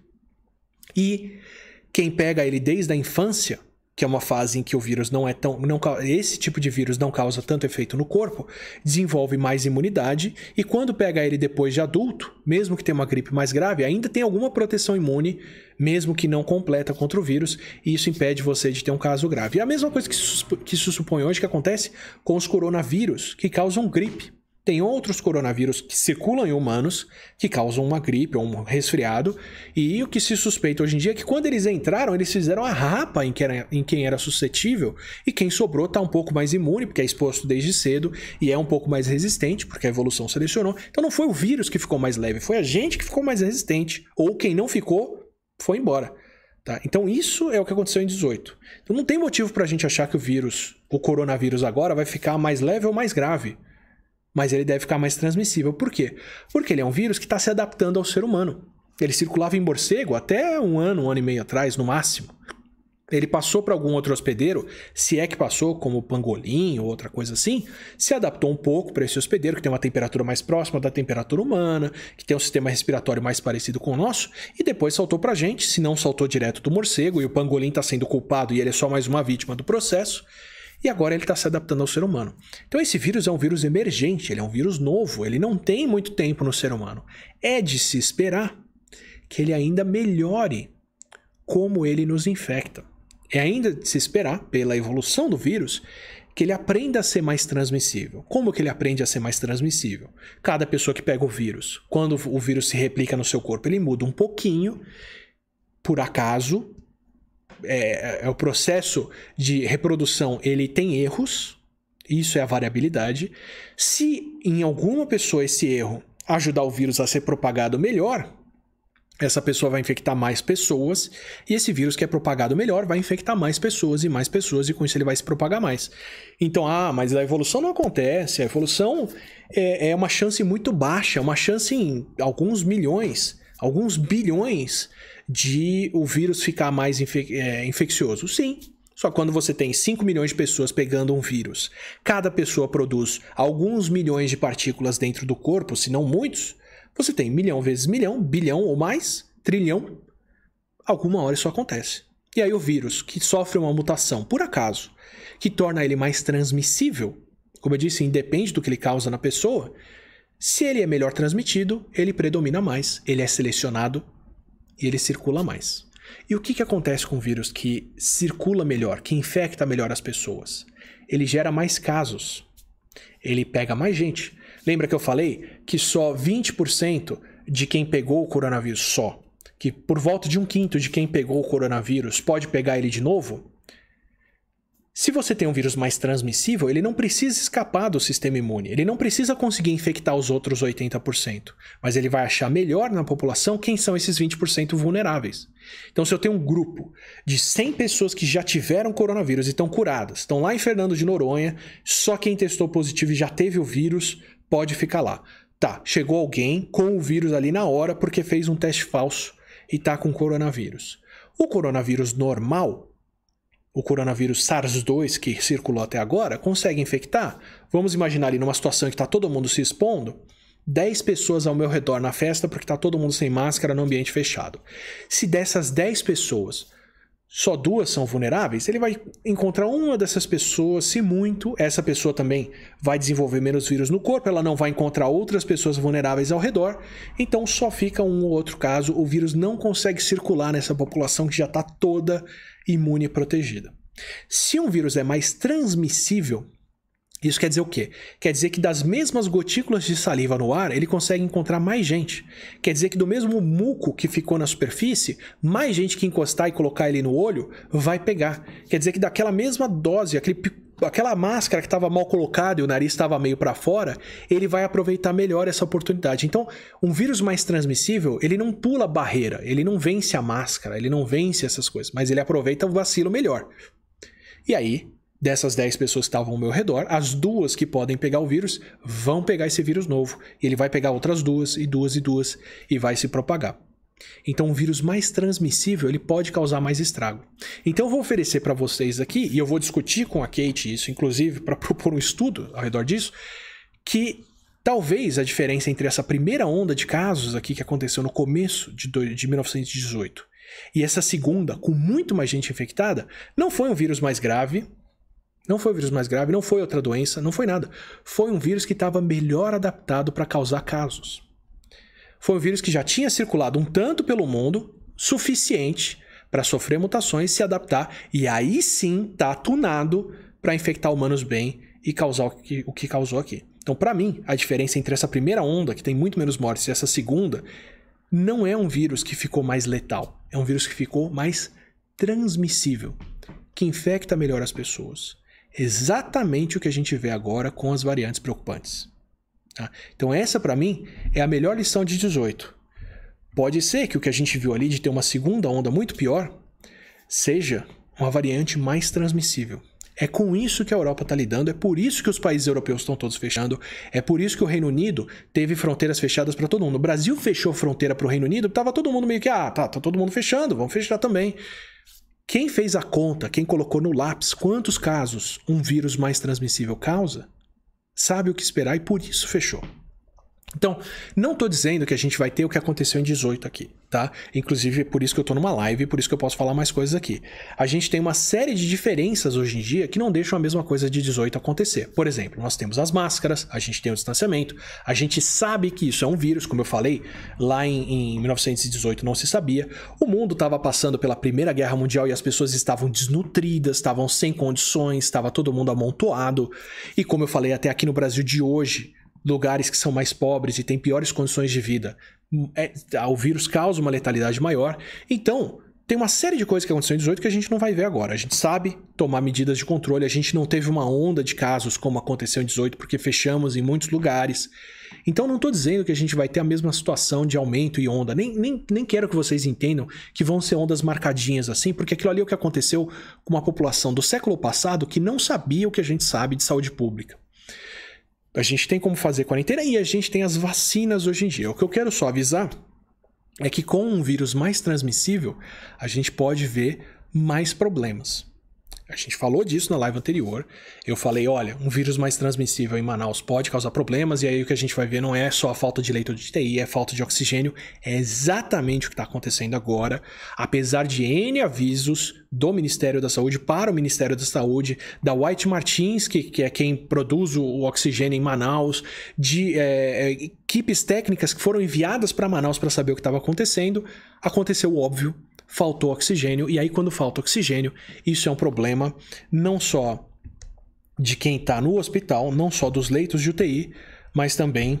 E quem pega ele desde a infância, que é uma fase em que o vírus não é tão... esse tipo de vírus não causa tanto efeito no corpo, desenvolve mais imunidade, e quando pega ele depois de adulto, mesmo que tenha uma gripe mais grave, ainda tem alguma proteção imune, mesmo que não completa contra o vírus, e isso impede você de ter um caso grave. E a mesma coisa que se supõe hoje que acontece com os coronavírus, que causam gripe. Tem outros coronavírus que circulam em humanos, que causam uma gripe ou um resfriado, e o que se suspeita hoje em dia é que quando eles entraram, eles fizeram a rapa em quem era suscetível, e quem sobrou está um pouco mais imune, porque é exposto desde cedo, e é um pouco mais resistente, porque a evolução selecionou. Então não foi o vírus que ficou mais leve, foi a gente que ficou mais resistente, ou quem não ficou, foi embora. Tá? Então isso é o que aconteceu em 18. Então não tem motivo para a gente achar que o coronavírus agora vai ficar mais leve ou mais grave. Mas ele deve ficar mais transmissível. Por quê? Porque ele é um vírus que está se adaptando ao ser humano. Ele circulava em morcego até um ano e meio atrás, no máximo. Ele passou para algum outro hospedeiro, se é que passou, como o pangolim ou outra coisa assim, se adaptou um pouco para esse hospedeiro, que tem uma temperatura mais próxima da temperatura humana, que tem um sistema respiratório mais parecido com o nosso, e depois saltou para a gente, se não saltou direto do morcego, e o pangolim está sendo culpado e ele é só mais uma vítima do processo, e agora ele está se adaptando ao ser humano. Então esse vírus é um vírus emergente, ele é um vírus novo, ele não tem muito tempo no ser humano. É de se esperar que ele ainda melhore como ele nos infecta. É ainda de se esperar, pela evolução do vírus, que ele aprenda a ser mais transmissível. Como que ele aprende a ser mais transmissível? Cada pessoa que pega o vírus, quando o vírus se replica no seu corpo, ele muda um pouquinho, por acaso. O processo de reprodução, ele tem erros, isso é a variabilidade. Se em alguma pessoa esse erro ajudar o vírus a ser propagado melhor, essa pessoa vai infectar mais pessoas, e esse vírus que é propagado melhor vai infectar mais pessoas, e com isso ele vai se propagar mais. Então, mas a evolução não acontece, a evolução é uma chance muito baixa, uma chance em alguns milhões, alguns bilhões de o vírus ficar mais infeccioso. Sim, só que quando você tem 5 milhões de pessoas pegando um vírus, cada pessoa produz alguns milhões de partículas dentro do corpo, se não muitos, você tem milhão vezes milhão, bilhão ou mais, trilhão, alguma hora isso acontece. E aí o vírus, que sofre uma mutação, por acaso, que torna ele mais transmissível, como eu disse, independe do que ele causa na pessoa, se ele é melhor transmitido, ele predomina mais, ele é selecionado e ele circula mais. E o que acontece com o vírus que circula melhor, que infecta melhor as pessoas? Ele gera mais casos, ele pega mais gente. Lembra que eu falei que só 20% de quem pegou o coronavírus que por volta de 1/5 de quem pegou o coronavírus pode pegar ele de novo? Se você tem um vírus mais transmissível, ele não precisa escapar do sistema imune, ele não precisa conseguir infectar os outros 80%, mas ele vai achar melhor na população quem são esses 20% vulneráveis. Então, se eu tenho um grupo de 100 pessoas que já tiveram coronavírus e estão curadas, estão lá em Fernando de Noronha, só quem testou positivo e já teve o vírus pode ficar lá. Tá, chegou alguém com o vírus ali na hora porque fez um teste falso e tá com coronavírus. O coronavírus normal, o coronavírus SARS-2 que circulou até agora, consegue infectar? Vamos imaginar ali numa situação em que está todo mundo se expondo, 10 pessoas ao meu redor na festa porque está todo mundo sem máscara no ambiente fechado. Se dessas 10 pessoas, só 2 são vulneráveis, ele vai encontrar uma dessas pessoas, se muito, essa pessoa também vai desenvolver menos vírus no corpo, ela não vai encontrar outras pessoas vulneráveis ao redor, então só fica um ou outro caso, o vírus não consegue circular nessa população que já está toda imune e protegida. Se um vírus é mais transmissível, isso quer dizer o quê? Quer dizer que das mesmas gotículas de saliva no ar, ele consegue encontrar mais gente. Quer dizer que do mesmo muco que ficou na superfície, mais gente que encostar e colocar ele no olho vai pegar. Quer dizer que daquela mesma dose, aquela máscara que estava mal colocada e o nariz estava meio para fora, ele vai aproveitar melhor essa oportunidade. Então, um vírus mais transmissível, ele não pula a barreira, ele não vence a máscara, ele não vence essas coisas, mas ele aproveita o vacilo melhor. E aí, dessas 10 pessoas que estavam ao meu redor, as 2 que podem pegar o vírus vão pegar esse vírus novo. E ele vai pegar outras 2 e 2 e 2 e vai se propagar. Então, um vírus mais transmissível, ele pode causar mais estrago. Então, eu vou oferecer para vocês aqui, e eu vou discutir com a Kate isso, inclusive, para propor um estudo ao redor disso, que talvez a diferença entre essa primeira onda de casos aqui que aconteceu no começo de 1918 e essa segunda, com muito mais gente infectada, não foi um vírus mais grave, não foi outra doença, não foi nada. Foi um vírus que estava melhor adaptado para causar casos. Foi um vírus que já tinha circulado um tanto pelo mundo, suficiente para sofrer mutações, se adaptar, e aí sim está tunado para infectar humanos bem e causar o que causou aqui. Então, para mim, a diferença entre essa primeira onda, que tem muito menos mortes, e essa segunda, não é um vírus que ficou mais letal. É um vírus que ficou mais transmissível, que infecta melhor as pessoas. Exatamente o que a gente vê agora com as variantes preocupantes. Tá? Então essa, para mim, é a melhor lição de 18. Pode ser que o que a gente viu ali de ter uma segunda onda muito pior seja uma variante mais transmissível. É com isso que a Europa está lidando, é por isso que os países europeus estão todos fechando, é por isso que o Reino Unido teve fronteiras fechadas para todo mundo. O Brasil fechou fronteira para o Reino Unido, estava todo mundo meio que, tá todo mundo fechando, vamos fechar também. Quem fez a conta, quem colocou no lápis quantos casos um vírus mais transmissível causa, sabe o que esperar e por isso fechou. Então, não estou dizendo que a gente vai ter o que aconteceu em 18 aqui, tá? Inclusive, é por isso que eu estou numa live, por isso que eu posso falar mais coisas aqui. A gente tem uma série de diferenças hoje em dia que não deixam a mesma coisa de 18 acontecer. Por exemplo, nós temos as máscaras, a gente tem o distanciamento, a gente sabe que isso é um vírus, como eu falei, lá em 1918 não se sabia. O mundo estava passando pela Primeira Guerra Mundial e as pessoas estavam desnutridas, estavam sem condições, estava todo mundo amontoado. E como eu falei, até aqui no Brasil de hoje, lugares que são mais pobres e têm piores condições de vida, o vírus causa uma letalidade maior. Então, tem uma série de coisas que aconteceu em 18 que a gente não vai ver agora. A gente sabe tomar medidas de controle, a gente não teve uma onda de casos como aconteceu em 18 porque fechamos em muitos lugares. Então não estou dizendo que a gente vai ter a mesma situação de aumento e onda, nem quero que vocês entendam que vão ser ondas marcadinhas assim, porque aquilo ali é o que aconteceu com uma população do século passado que não sabia o que a gente sabe de saúde pública. A gente tem como fazer quarentena e a gente tem as vacinas hoje em dia. O que eu quero só avisar é que com um vírus mais transmissível, a gente pode ver mais problemas. A gente falou disso na live anterior. Eu falei, olha, um vírus mais transmissível em Manaus pode causar problemas, e aí o que a gente vai ver não é só a falta de leito de UTI, é falta de oxigênio. É exatamente o que está acontecendo agora. Apesar de N avisos do Ministério da Saúde para o Ministério da Saúde, da White Martins, que é quem produz o oxigênio em Manaus, de equipes técnicas que foram enviadas para Manaus para saber o que estava acontecendo, aconteceu o óbvio. Faltou oxigênio, e aí quando falta oxigênio, isso é um problema não só de quem está no hospital, não só dos leitos de UTI, mas também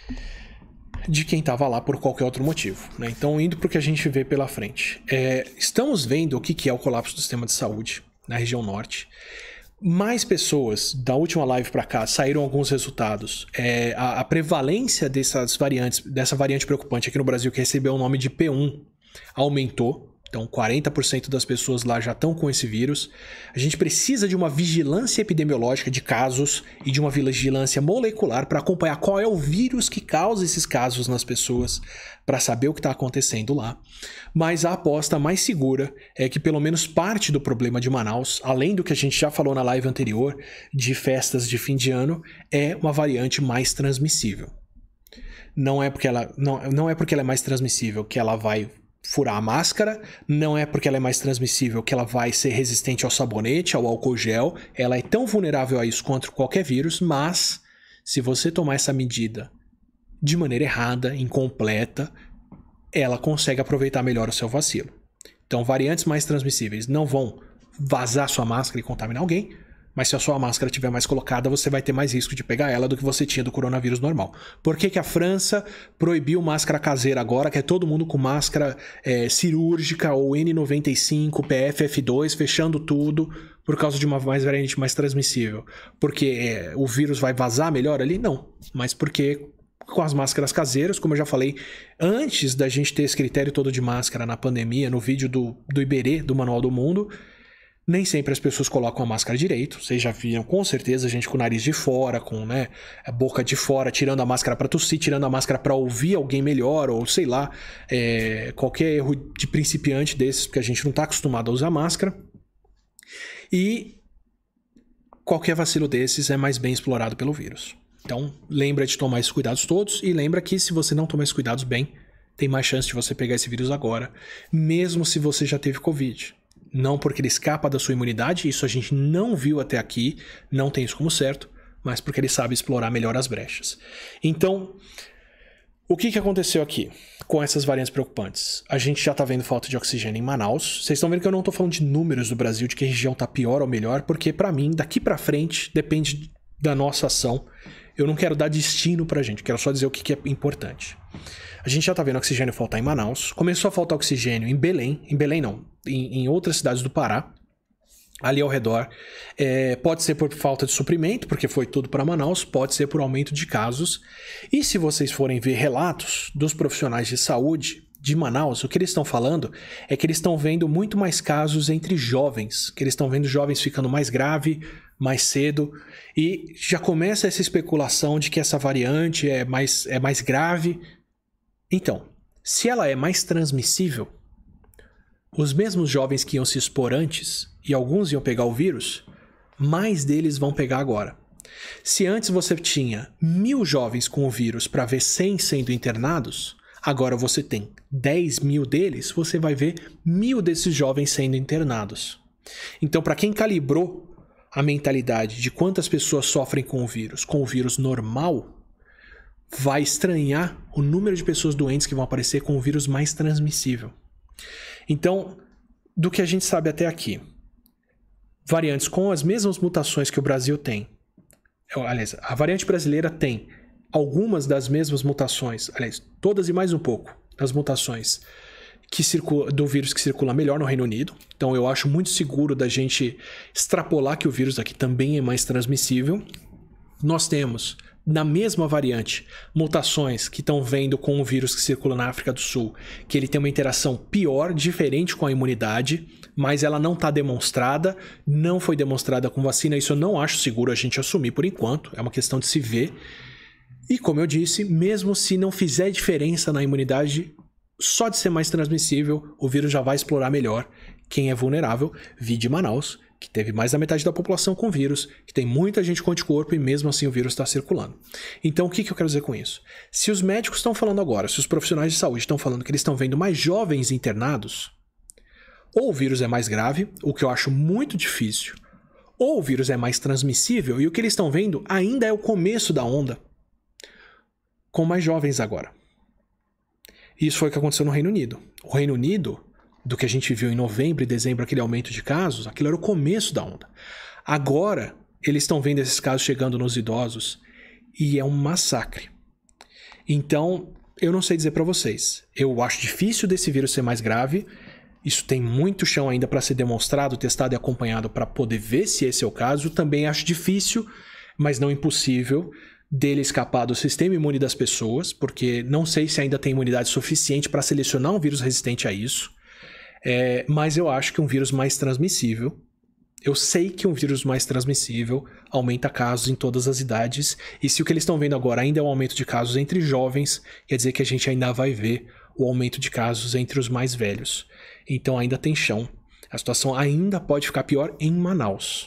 de quem estava lá por qualquer outro motivo, né? Então, indo para o que a gente vê pela frente. Estamos vendo o que é o colapso do sistema de saúde na região norte. Mais pessoas, da última live para cá, saíram alguns resultados. A prevalência dessa variante preocupante aqui no Brasil, que recebeu o nome de P1, aumentou. Então, 40% das pessoas lá já estão com esse vírus. A gente precisa de uma vigilância epidemiológica de casos e de uma vigilância molecular para acompanhar qual é o vírus que causa esses casos nas pessoas, para saber o que está acontecendo lá. Mas a aposta mais segura é que pelo menos parte do problema de Manaus, além do que a gente já falou na live anterior, de festas de fim de ano, é uma variante mais transmissível. Não é porque ela é mais transmissível que ela vai furar a máscara, não é porque ela é mais transmissível que ela vai ser resistente ao sabonete, ao álcool gel. Ela é tão vulnerável a isso contra qualquer vírus, mas se você tomar essa medida de maneira errada, incompleta, ela consegue aproveitar melhor o seu vacilo. Então, variantes mais transmissíveis não vão vazar sua máscara e contaminar alguém, mas se a sua máscara estiver mais colocada, você vai ter mais risco de pegar ela do que você tinha do coronavírus normal. Por que a França proibiu máscara caseira agora, que é todo mundo com máscara cirúrgica ou N95, PFF2, fechando tudo por causa de uma variante mais transmissível? Porque o vírus vai vazar melhor ali? Não, mas porque com as máscaras caseiras, como eu já falei, antes da gente ter esse critério todo de máscara na pandemia, no vídeo do Iberê, do Manual do Mundo, nem sempre as pessoas colocam a máscara direito. Vocês já viram, com certeza, a gente com o nariz de fora, com a boca de fora, tirando a máscara para tossir, tirando a máscara para ouvir alguém melhor, ou sei lá, qualquer erro de principiante desses, porque a gente não está acostumado a usar máscara. E qualquer vacilo desses é mais bem explorado pelo vírus. Então, lembra de tomar esses cuidados todos, e lembra que se você não tomar esses cuidados bem, tem mais chance de você pegar esse vírus agora, mesmo se você já teve Covid. Não porque ele escapa da sua imunidade, isso a gente não viu até aqui, não tem isso como certo, mas porque ele sabe explorar melhor as brechas. Então, o que aconteceu aqui com essas variantes preocupantes? A gente já está vendo falta de oxigênio em Manaus. Vocês estão vendo que eu não estou falando de números do Brasil, de que a região está pior ou melhor, porque para mim, daqui para frente, depende da nossa ação. Eu não quero dar destino pra gente, quero só dizer o que é importante. A gente já tá vendo oxigênio faltar em Manaus, começou a faltar oxigênio em Belém não, em outras cidades do Pará, ali ao redor. Pode ser por falta de suprimento, porque foi tudo para Manaus, pode ser por aumento de casos. E se vocês forem ver relatos dos profissionais de saúde de Manaus, o que eles estão falando é que eles estão vendo muito mais casos entre jovens, que eles estão vendo jovens ficando mais grave, mais cedo, e já começa essa especulação de que essa variante é mais grave. Então, se ela é mais transmissível, os mesmos jovens que iam se expor antes, e alguns iam pegar o vírus, mais deles vão pegar agora. Se antes você tinha 1.000 jovens com o vírus para ver 100 sendo internados, agora você tem 10.000 deles, você vai ver 1.000 desses jovens sendo internados. Então, para quem calibrou a mentalidade de quantas pessoas sofrem com o vírus normal, vai estranhar o número de pessoas doentes que vão aparecer com o vírus mais transmissível. Então, do que a gente sabe até aqui, variantes com as mesmas mutações que o Brasil tem, aliás, a variante brasileira tem algumas das mesmas mutações, aliás, todas e mais um pouco das mutações do vírus que circula melhor no Reino Unido. Então eu acho muito seguro da gente extrapolar que o vírus aqui também é mais transmissível. Nós temos, na mesma variante, mutações que estão vendo com o vírus que circula na África do Sul, que ele tem uma interação pior, diferente com a imunidade, mas ela não está demonstrada, não foi demonstrada com vacina. Isso eu não acho seguro a gente assumir por enquanto, é uma questão de se ver. E como eu disse, mesmo se não fizer diferença na imunidade, só de ser mais transmissível, o vírus já vai explorar melhor quem é vulnerável. Vide Manaus, que teve mais da metade da população com vírus, que tem muita gente com anticorpo e mesmo assim o vírus está circulando. Então o que eu quero dizer com isso? Se os médicos estão falando agora, se os profissionais de saúde estão falando que eles estão vendo mais jovens internados, ou o vírus é mais grave, o que eu acho muito difícil, ou o vírus é mais transmissível e o que eles estão vendo ainda é o começo da onda, com mais jovens agora. Isso foi o que aconteceu no Reino Unido. O Reino Unido, do que a gente viu em novembro e dezembro, aquele aumento de casos, aquilo era o começo da onda. Agora, eles estão vendo esses casos chegando nos idosos e é um massacre. Então, eu não sei dizer para vocês. Eu acho difícil desse vírus ser mais grave. Isso tem muito chão ainda para ser demonstrado, testado e acompanhado para poder ver se esse é o caso. Também acho difícil, mas não impossível, dele escapar do sistema imune das pessoas, porque não sei se ainda tem imunidade suficiente para selecionar um vírus resistente a isso. Mas eu acho que um vírus mais transmissível, eu sei que um vírus mais transmissível aumenta casos em todas as idades, e se o que eles estão vendo agora ainda é um aumento de casos entre jovens, quer dizer que a gente ainda vai ver o aumento de casos entre os mais velhos. Então ainda tem chão. A situação ainda pode ficar pior em Manaus.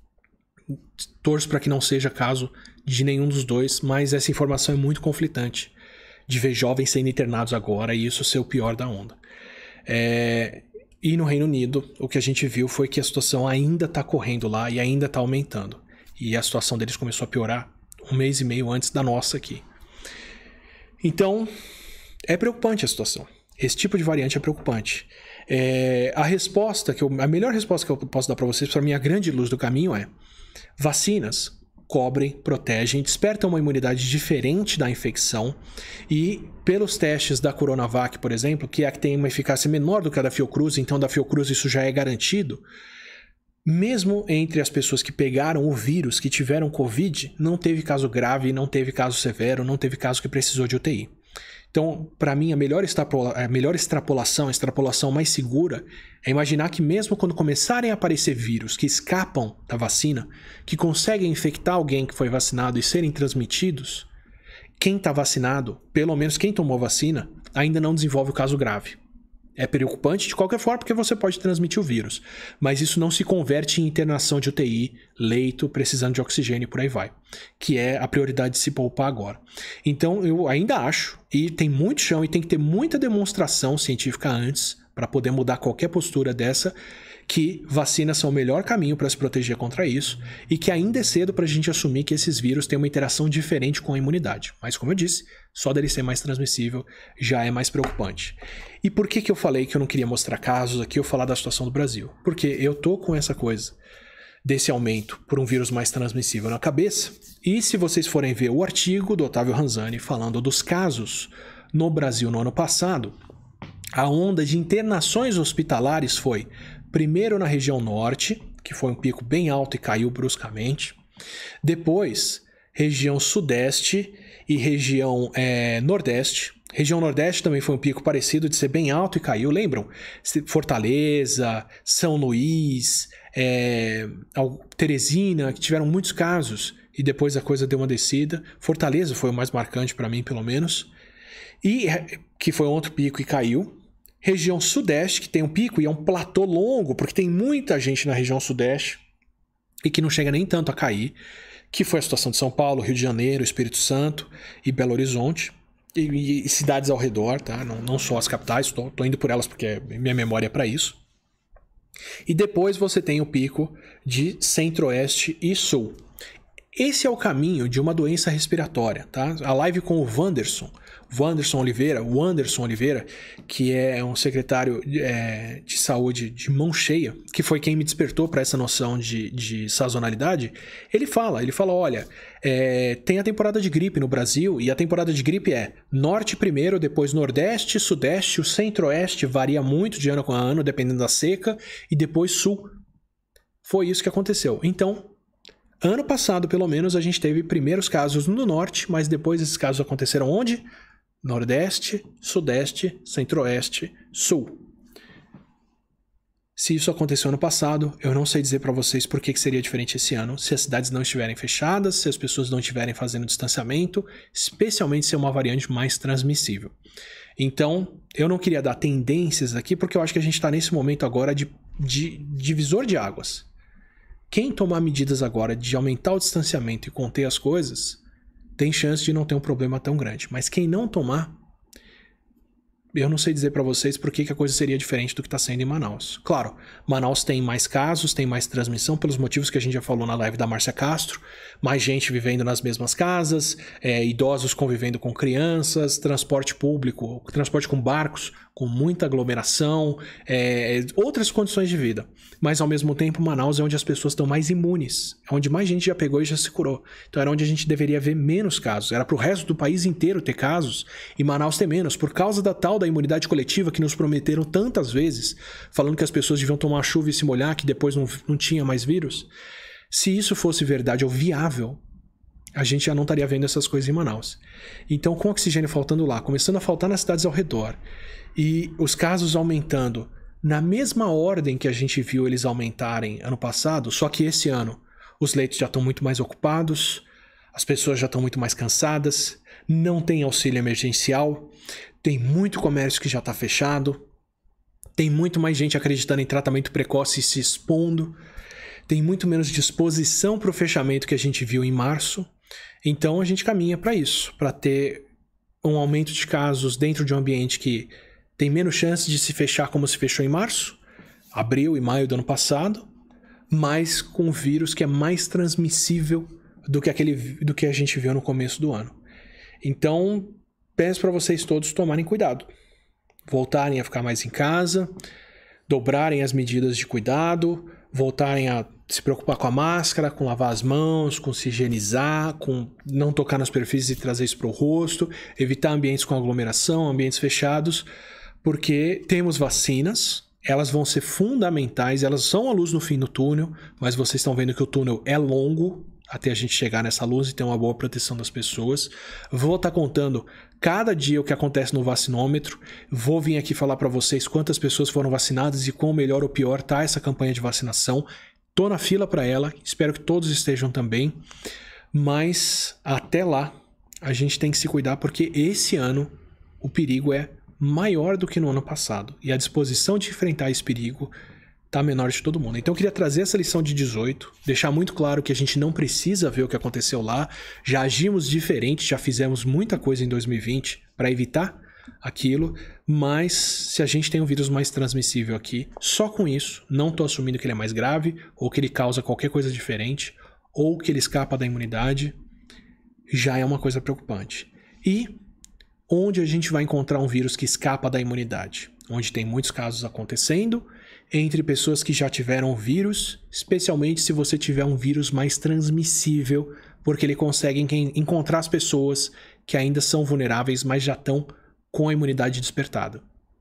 Torço para que não seja caso de nenhum dos dois, mas essa informação é muito conflitante, de ver jovens sendo internados agora e isso ser o pior da onda. E no Reino Unido, o que a gente viu foi que a situação ainda está correndo lá e ainda está aumentando. E a situação deles começou a piorar 1 mês e meio antes da nossa aqui. Então, é preocupante a situação. Esse tipo de variante é preocupante. A melhor resposta que eu posso dar para vocês, para mim a grande luz do caminho é: vacinas cobrem, protegem, despertam uma imunidade diferente da infecção e pelos testes da Coronavac, por exemplo, que é a que tem uma eficácia menor do que a da Fiocruz, então da Fiocruz isso já é garantido, mesmo entre as pessoas que pegaram o vírus, que tiveram Covid, não teve caso grave, não teve caso severo, não teve caso que precisou de UTI. Então, para mim, a melhor extrapolação, a extrapolação mais segura, é imaginar que mesmo quando começarem a aparecer vírus que escapam da vacina, que conseguem infectar alguém que foi vacinado e serem transmitidos, quem está vacinado, pelo menos quem tomou vacina, ainda não desenvolve o caso grave. É preocupante de qualquer forma porque você pode transmitir o vírus, mas isso não se converte em internação de UTI, leito, precisando de oxigênio e por aí vai, que é a prioridade de se poupar agora. Então eu ainda acho, e tem muito chão e tem que ter muita demonstração científica antes para poder mudar qualquer postura dessa, que vacinas são o melhor caminho para se proteger contra isso e que ainda é cedo para a gente assumir que esses vírus têm uma interação diferente com a imunidade. Mas como eu disse, só dele ser mais transmissível já é mais preocupante. E por que eu falei que eu não queria mostrar casos aqui ou falar da situação do Brasil? Porque eu tô com essa coisa desse aumento por um vírus mais transmissível na cabeça. E se vocês forem ver o artigo do Otávio Ranzani falando dos casos no Brasil no ano passado, a onda de internações hospitalares foi primeiro na região norte, que foi um pico bem alto e caiu bruscamente. Depois, região sudeste e região nordeste. Região nordeste também foi um pico parecido de ser bem alto e caiu. Lembram? Fortaleza, São Luís, Teresina, que tiveram muitos casos e depois a coisa deu uma descida. Fortaleza foi o mais marcante para mim, pelo menos. E que foi outro pico e caiu. Região sudeste, que tem um pico e é um platô longo, porque tem muita gente na região sudeste e que não chega nem tanto a cair, que foi a situação de São Paulo, Rio de Janeiro, Espírito Santo e Belo Horizonte, e cidades ao redor, tá? Não só as capitais, tô indo por elas porque minha memória é para isso. E depois você tem o pico de centro-oeste e sul. Esse é o caminho de uma doença respiratória, tá? A live com o Wanderson Oliveira, que é um secretário de saúde de mão cheia, que foi quem me despertou para essa noção de sazonalidade, ele fala, olha, tem a temporada de gripe no Brasil, e a temporada de gripe é norte primeiro, depois nordeste, sudeste, o centro-oeste varia muito de ano a ano, dependendo da seca, e depois sul. Foi isso que aconteceu. Então, ano passado, pelo menos, a gente teve primeiros casos no norte, mas depois esses casos aconteceram onde? Nordeste, Sudeste, Centro-Oeste, Sul. Se isso aconteceu ano passado, eu não sei dizer para vocês por que seria diferente esse ano, se as cidades não estiverem fechadas, se as pessoas não estiverem fazendo distanciamento, especialmente se é uma variante mais transmissível. Então, eu não queria dar tendências aqui, porque eu acho que a gente está nesse momento agora de divisor de águas. Quem tomar medidas agora de aumentar o distanciamento e conter as coisas, tem chance de não ter um problema tão grande. Mas quem não tomar, eu não sei dizer para vocês por que a coisa seria diferente do que está sendo em Manaus. Claro, Manaus tem mais casos, tem mais transmissão, pelos motivos que a gente já falou na live da Márcia Castro, mais gente vivendo nas mesmas casas, idosos convivendo com crianças, transporte público, transporte com barcos, com muita aglomeração, outras condições de vida. Mas, ao mesmo tempo, Manaus é onde as pessoas estão mais imunes, é onde mais gente já pegou e já se curou. Então, era onde a gente deveria ver menos casos. Era para o resto do país inteiro ter casos e Manaus ter menos, por causa da tal da imunidade coletiva que nos prometeram tantas vezes, falando que as pessoas deviam tomar chuva e se molhar, que depois não tinha mais vírus. Se isso fosse verdade ou viável, a gente já não estaria vendo essas coisas em Manaus. Então, com oxigênio faltando lá, começando a faltar nas cidades ao redor, e os casos aumentando na mesma ordem que a gente viu eles aumentarem ano passado, só que esse ano os leitos já estão muito mais ocupados, as pessoas já estão muito mais cansadas, não tem auxílio emergencial, tem muito comércio que já está fechado, tem muito mais gente acreditando em tratamento precoce e se expondo, tem muito menos disposição para o fechamento que a gente viu em março. Então a gente caminha para isso, para ter um aumento de casos dentro de um ambiente que tem menos chance de se fechar como se fechou em março, abril e maio do ano passado, mas com um vírus que é mais transmissível do que a gente viu no começo do ano. Então, peço para vocês todos tomarem cuidado, voltarem a ficar mais em casa, dobrarem as medidas de cuidado, voltarem a se preocupar com a máscara, com lavar as mãos, com se higienizar, com não tocar nas superfícies e trazer isso para o rosto, evitar ambientes com aglomeração, ambientes fechados, porque temos vacinas, elas vão ser fundamentais, elas são a luz no fim do túnel, mas vocês estão vendo que o túnel é longo até a gente chegar nessa luz e ter uma boa proteção das pessoas. Vou estar contando cada dia o que acontece no vacinômetro, vou vir aqui falar para vocês quantas pessoas foram vacinadas e quão melhor ou pior tá essa campanha de vacinação. Tô na fila para ela, espero que todos estejam também, mas até lá a gente tem que se cuidar, porque esse ano o perigo é maior do que no ano passado e a disposição de enfrentar esse perigo tá menor de todo mundo. Então eu queria trazer essa lição de 18, deixar muito claro que a gente não precisa ver o que aconteceu lá, já agimos diferente, já fizemos muita coisa em 2020 para evitar aquilo, mas se a gente tem um vírus mais transmissível aqui, só com isso, não tô assumindo que ele é mais grave, ou que ele causa qualquer coisa diferente, ou que ele escapa da imunidade, já é uma coisa preocupante. E onde a gente vai encontrar um vírus que escapa da imunidade? Onde tem muitos casos acontecendo, entre pessoas que já tiveram o vírus, especialmente se você tiver um vírus mais transmissível, porque ele consegue encontrar as pessoas que ainda são vulneráveis, mas já estão com a imunidade despertada.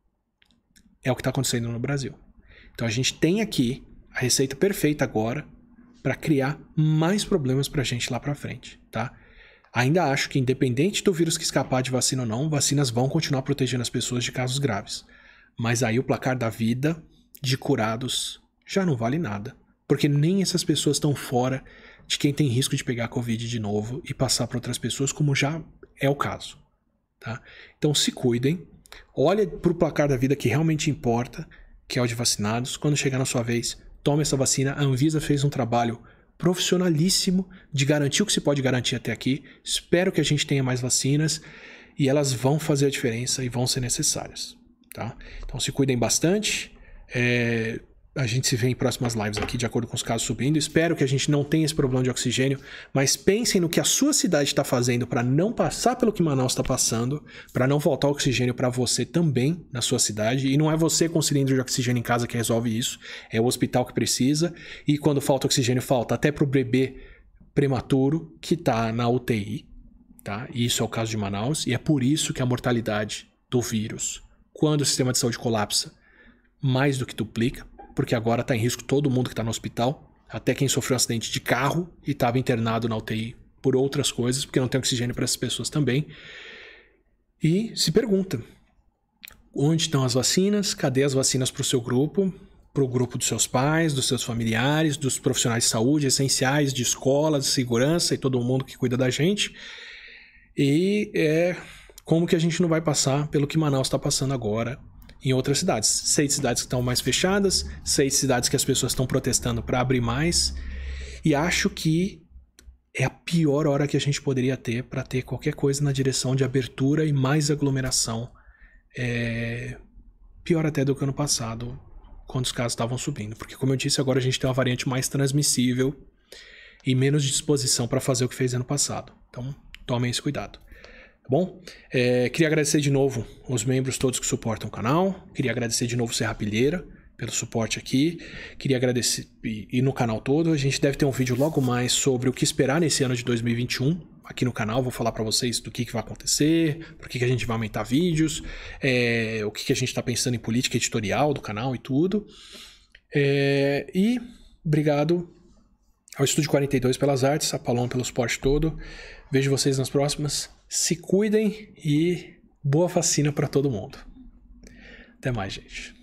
É o que está acontecendo no Brasil. Então a gente tem aqui a receita perfeita agora para criar mais problemas para a gente lá para frente, tá? Ainda acho que, independente do vírus que escapar de vacina ou não, vacinas vão continuar protegendo as pessoas de casos graves. Mas aí o placar da vida de curados já não vale nada, porque nem essas pessoas estão fora de quem tem risco de pegar Covid de novo e passar para outras pessoas, como já é o caso. Tá? Então se cuidem, olhem para o placar da vida que realmente importa, que é o de vacinados. Quando chegar na sua vez, tome essa vacina. A Anvisa fez um trabalho profissionalíssimo de garantir o que se pode garantir até aqui. Espero que a gente tenha mais vacinas e elas vão fazer a diferença e vão ser necessárias. Tá? Então se cuidem bastante. a gente se vê em próximas lives aqui, de acordo com os casos subindo. Espero que a gente não tenha esse problema de oxigênio, mas pensem no que a sua cidade está fazendo para não passar pelo que Manaus está passando, para não faltar oxigênio para você também na sua cidade. E não é você com cilindro de oxigênio em casa que resolve isso, é o hospital que precisa. E quando falta oxigênio, falta até para o bebê prematuro que está na UTI. Tá? E isso é o caso de Manaus, e é por isso que a mortalidade do vírus, quando o sistema de saúde colapsa, mais do que duplica. Porque agora está em risco todo mundo que está no hospital, até quem sofreu um acidente de carro e estava internado na UTI por outras coisas, porque não tem oxigênio para essas pessoas também. E se pergunta, onde estão as vacinas? Cadê as vacinas para o seu grupo? Para o grupo dos seus pais, dos seus familiares, dos profissionais de saúde, essenciais, de escola, de segurança e todo mundo que cuida da gente. E como que a gente não vai passar pelo que Manaus está passando agora em outras cidades. 6 cidades que estão mais fechadas, 6 cidades que as pessoas estão protestando para abrir mais. E acho que é a pior hora que a gente poderia ter para ter qualquer coisa na direção de abertura e mais aglomeração. Pior até do que ano passado, quando os casos estavam subindo. Porque, como eu disse, agora a gente tem uma variante mais transmissível e menos disposição para fazer o que fez ano passado. Então, tomem esse cuidado. Tá bom? Queria agradecer de novo os membros todos que suportam o canal. Queria agradecer de novo o Serra Pilheira pelo suporte aqui. Queria agradecer e no canal todo. A gente deve ter um vídeo logo mais sobre o que esperar nesse ano de 2021 aqui no canal. Vou falar para vocês do que vai acontecer, por que a gente vai aumentar vídeos, o que a gente está pensando em política editorial do canal e tudo. E obrigado ao Estúdio 42 pelas artes, a Paloma pelo suporte todo. Vejo vocês nas próximas. Se cuidem e boa vacina para todo mundo. Até mais, gente.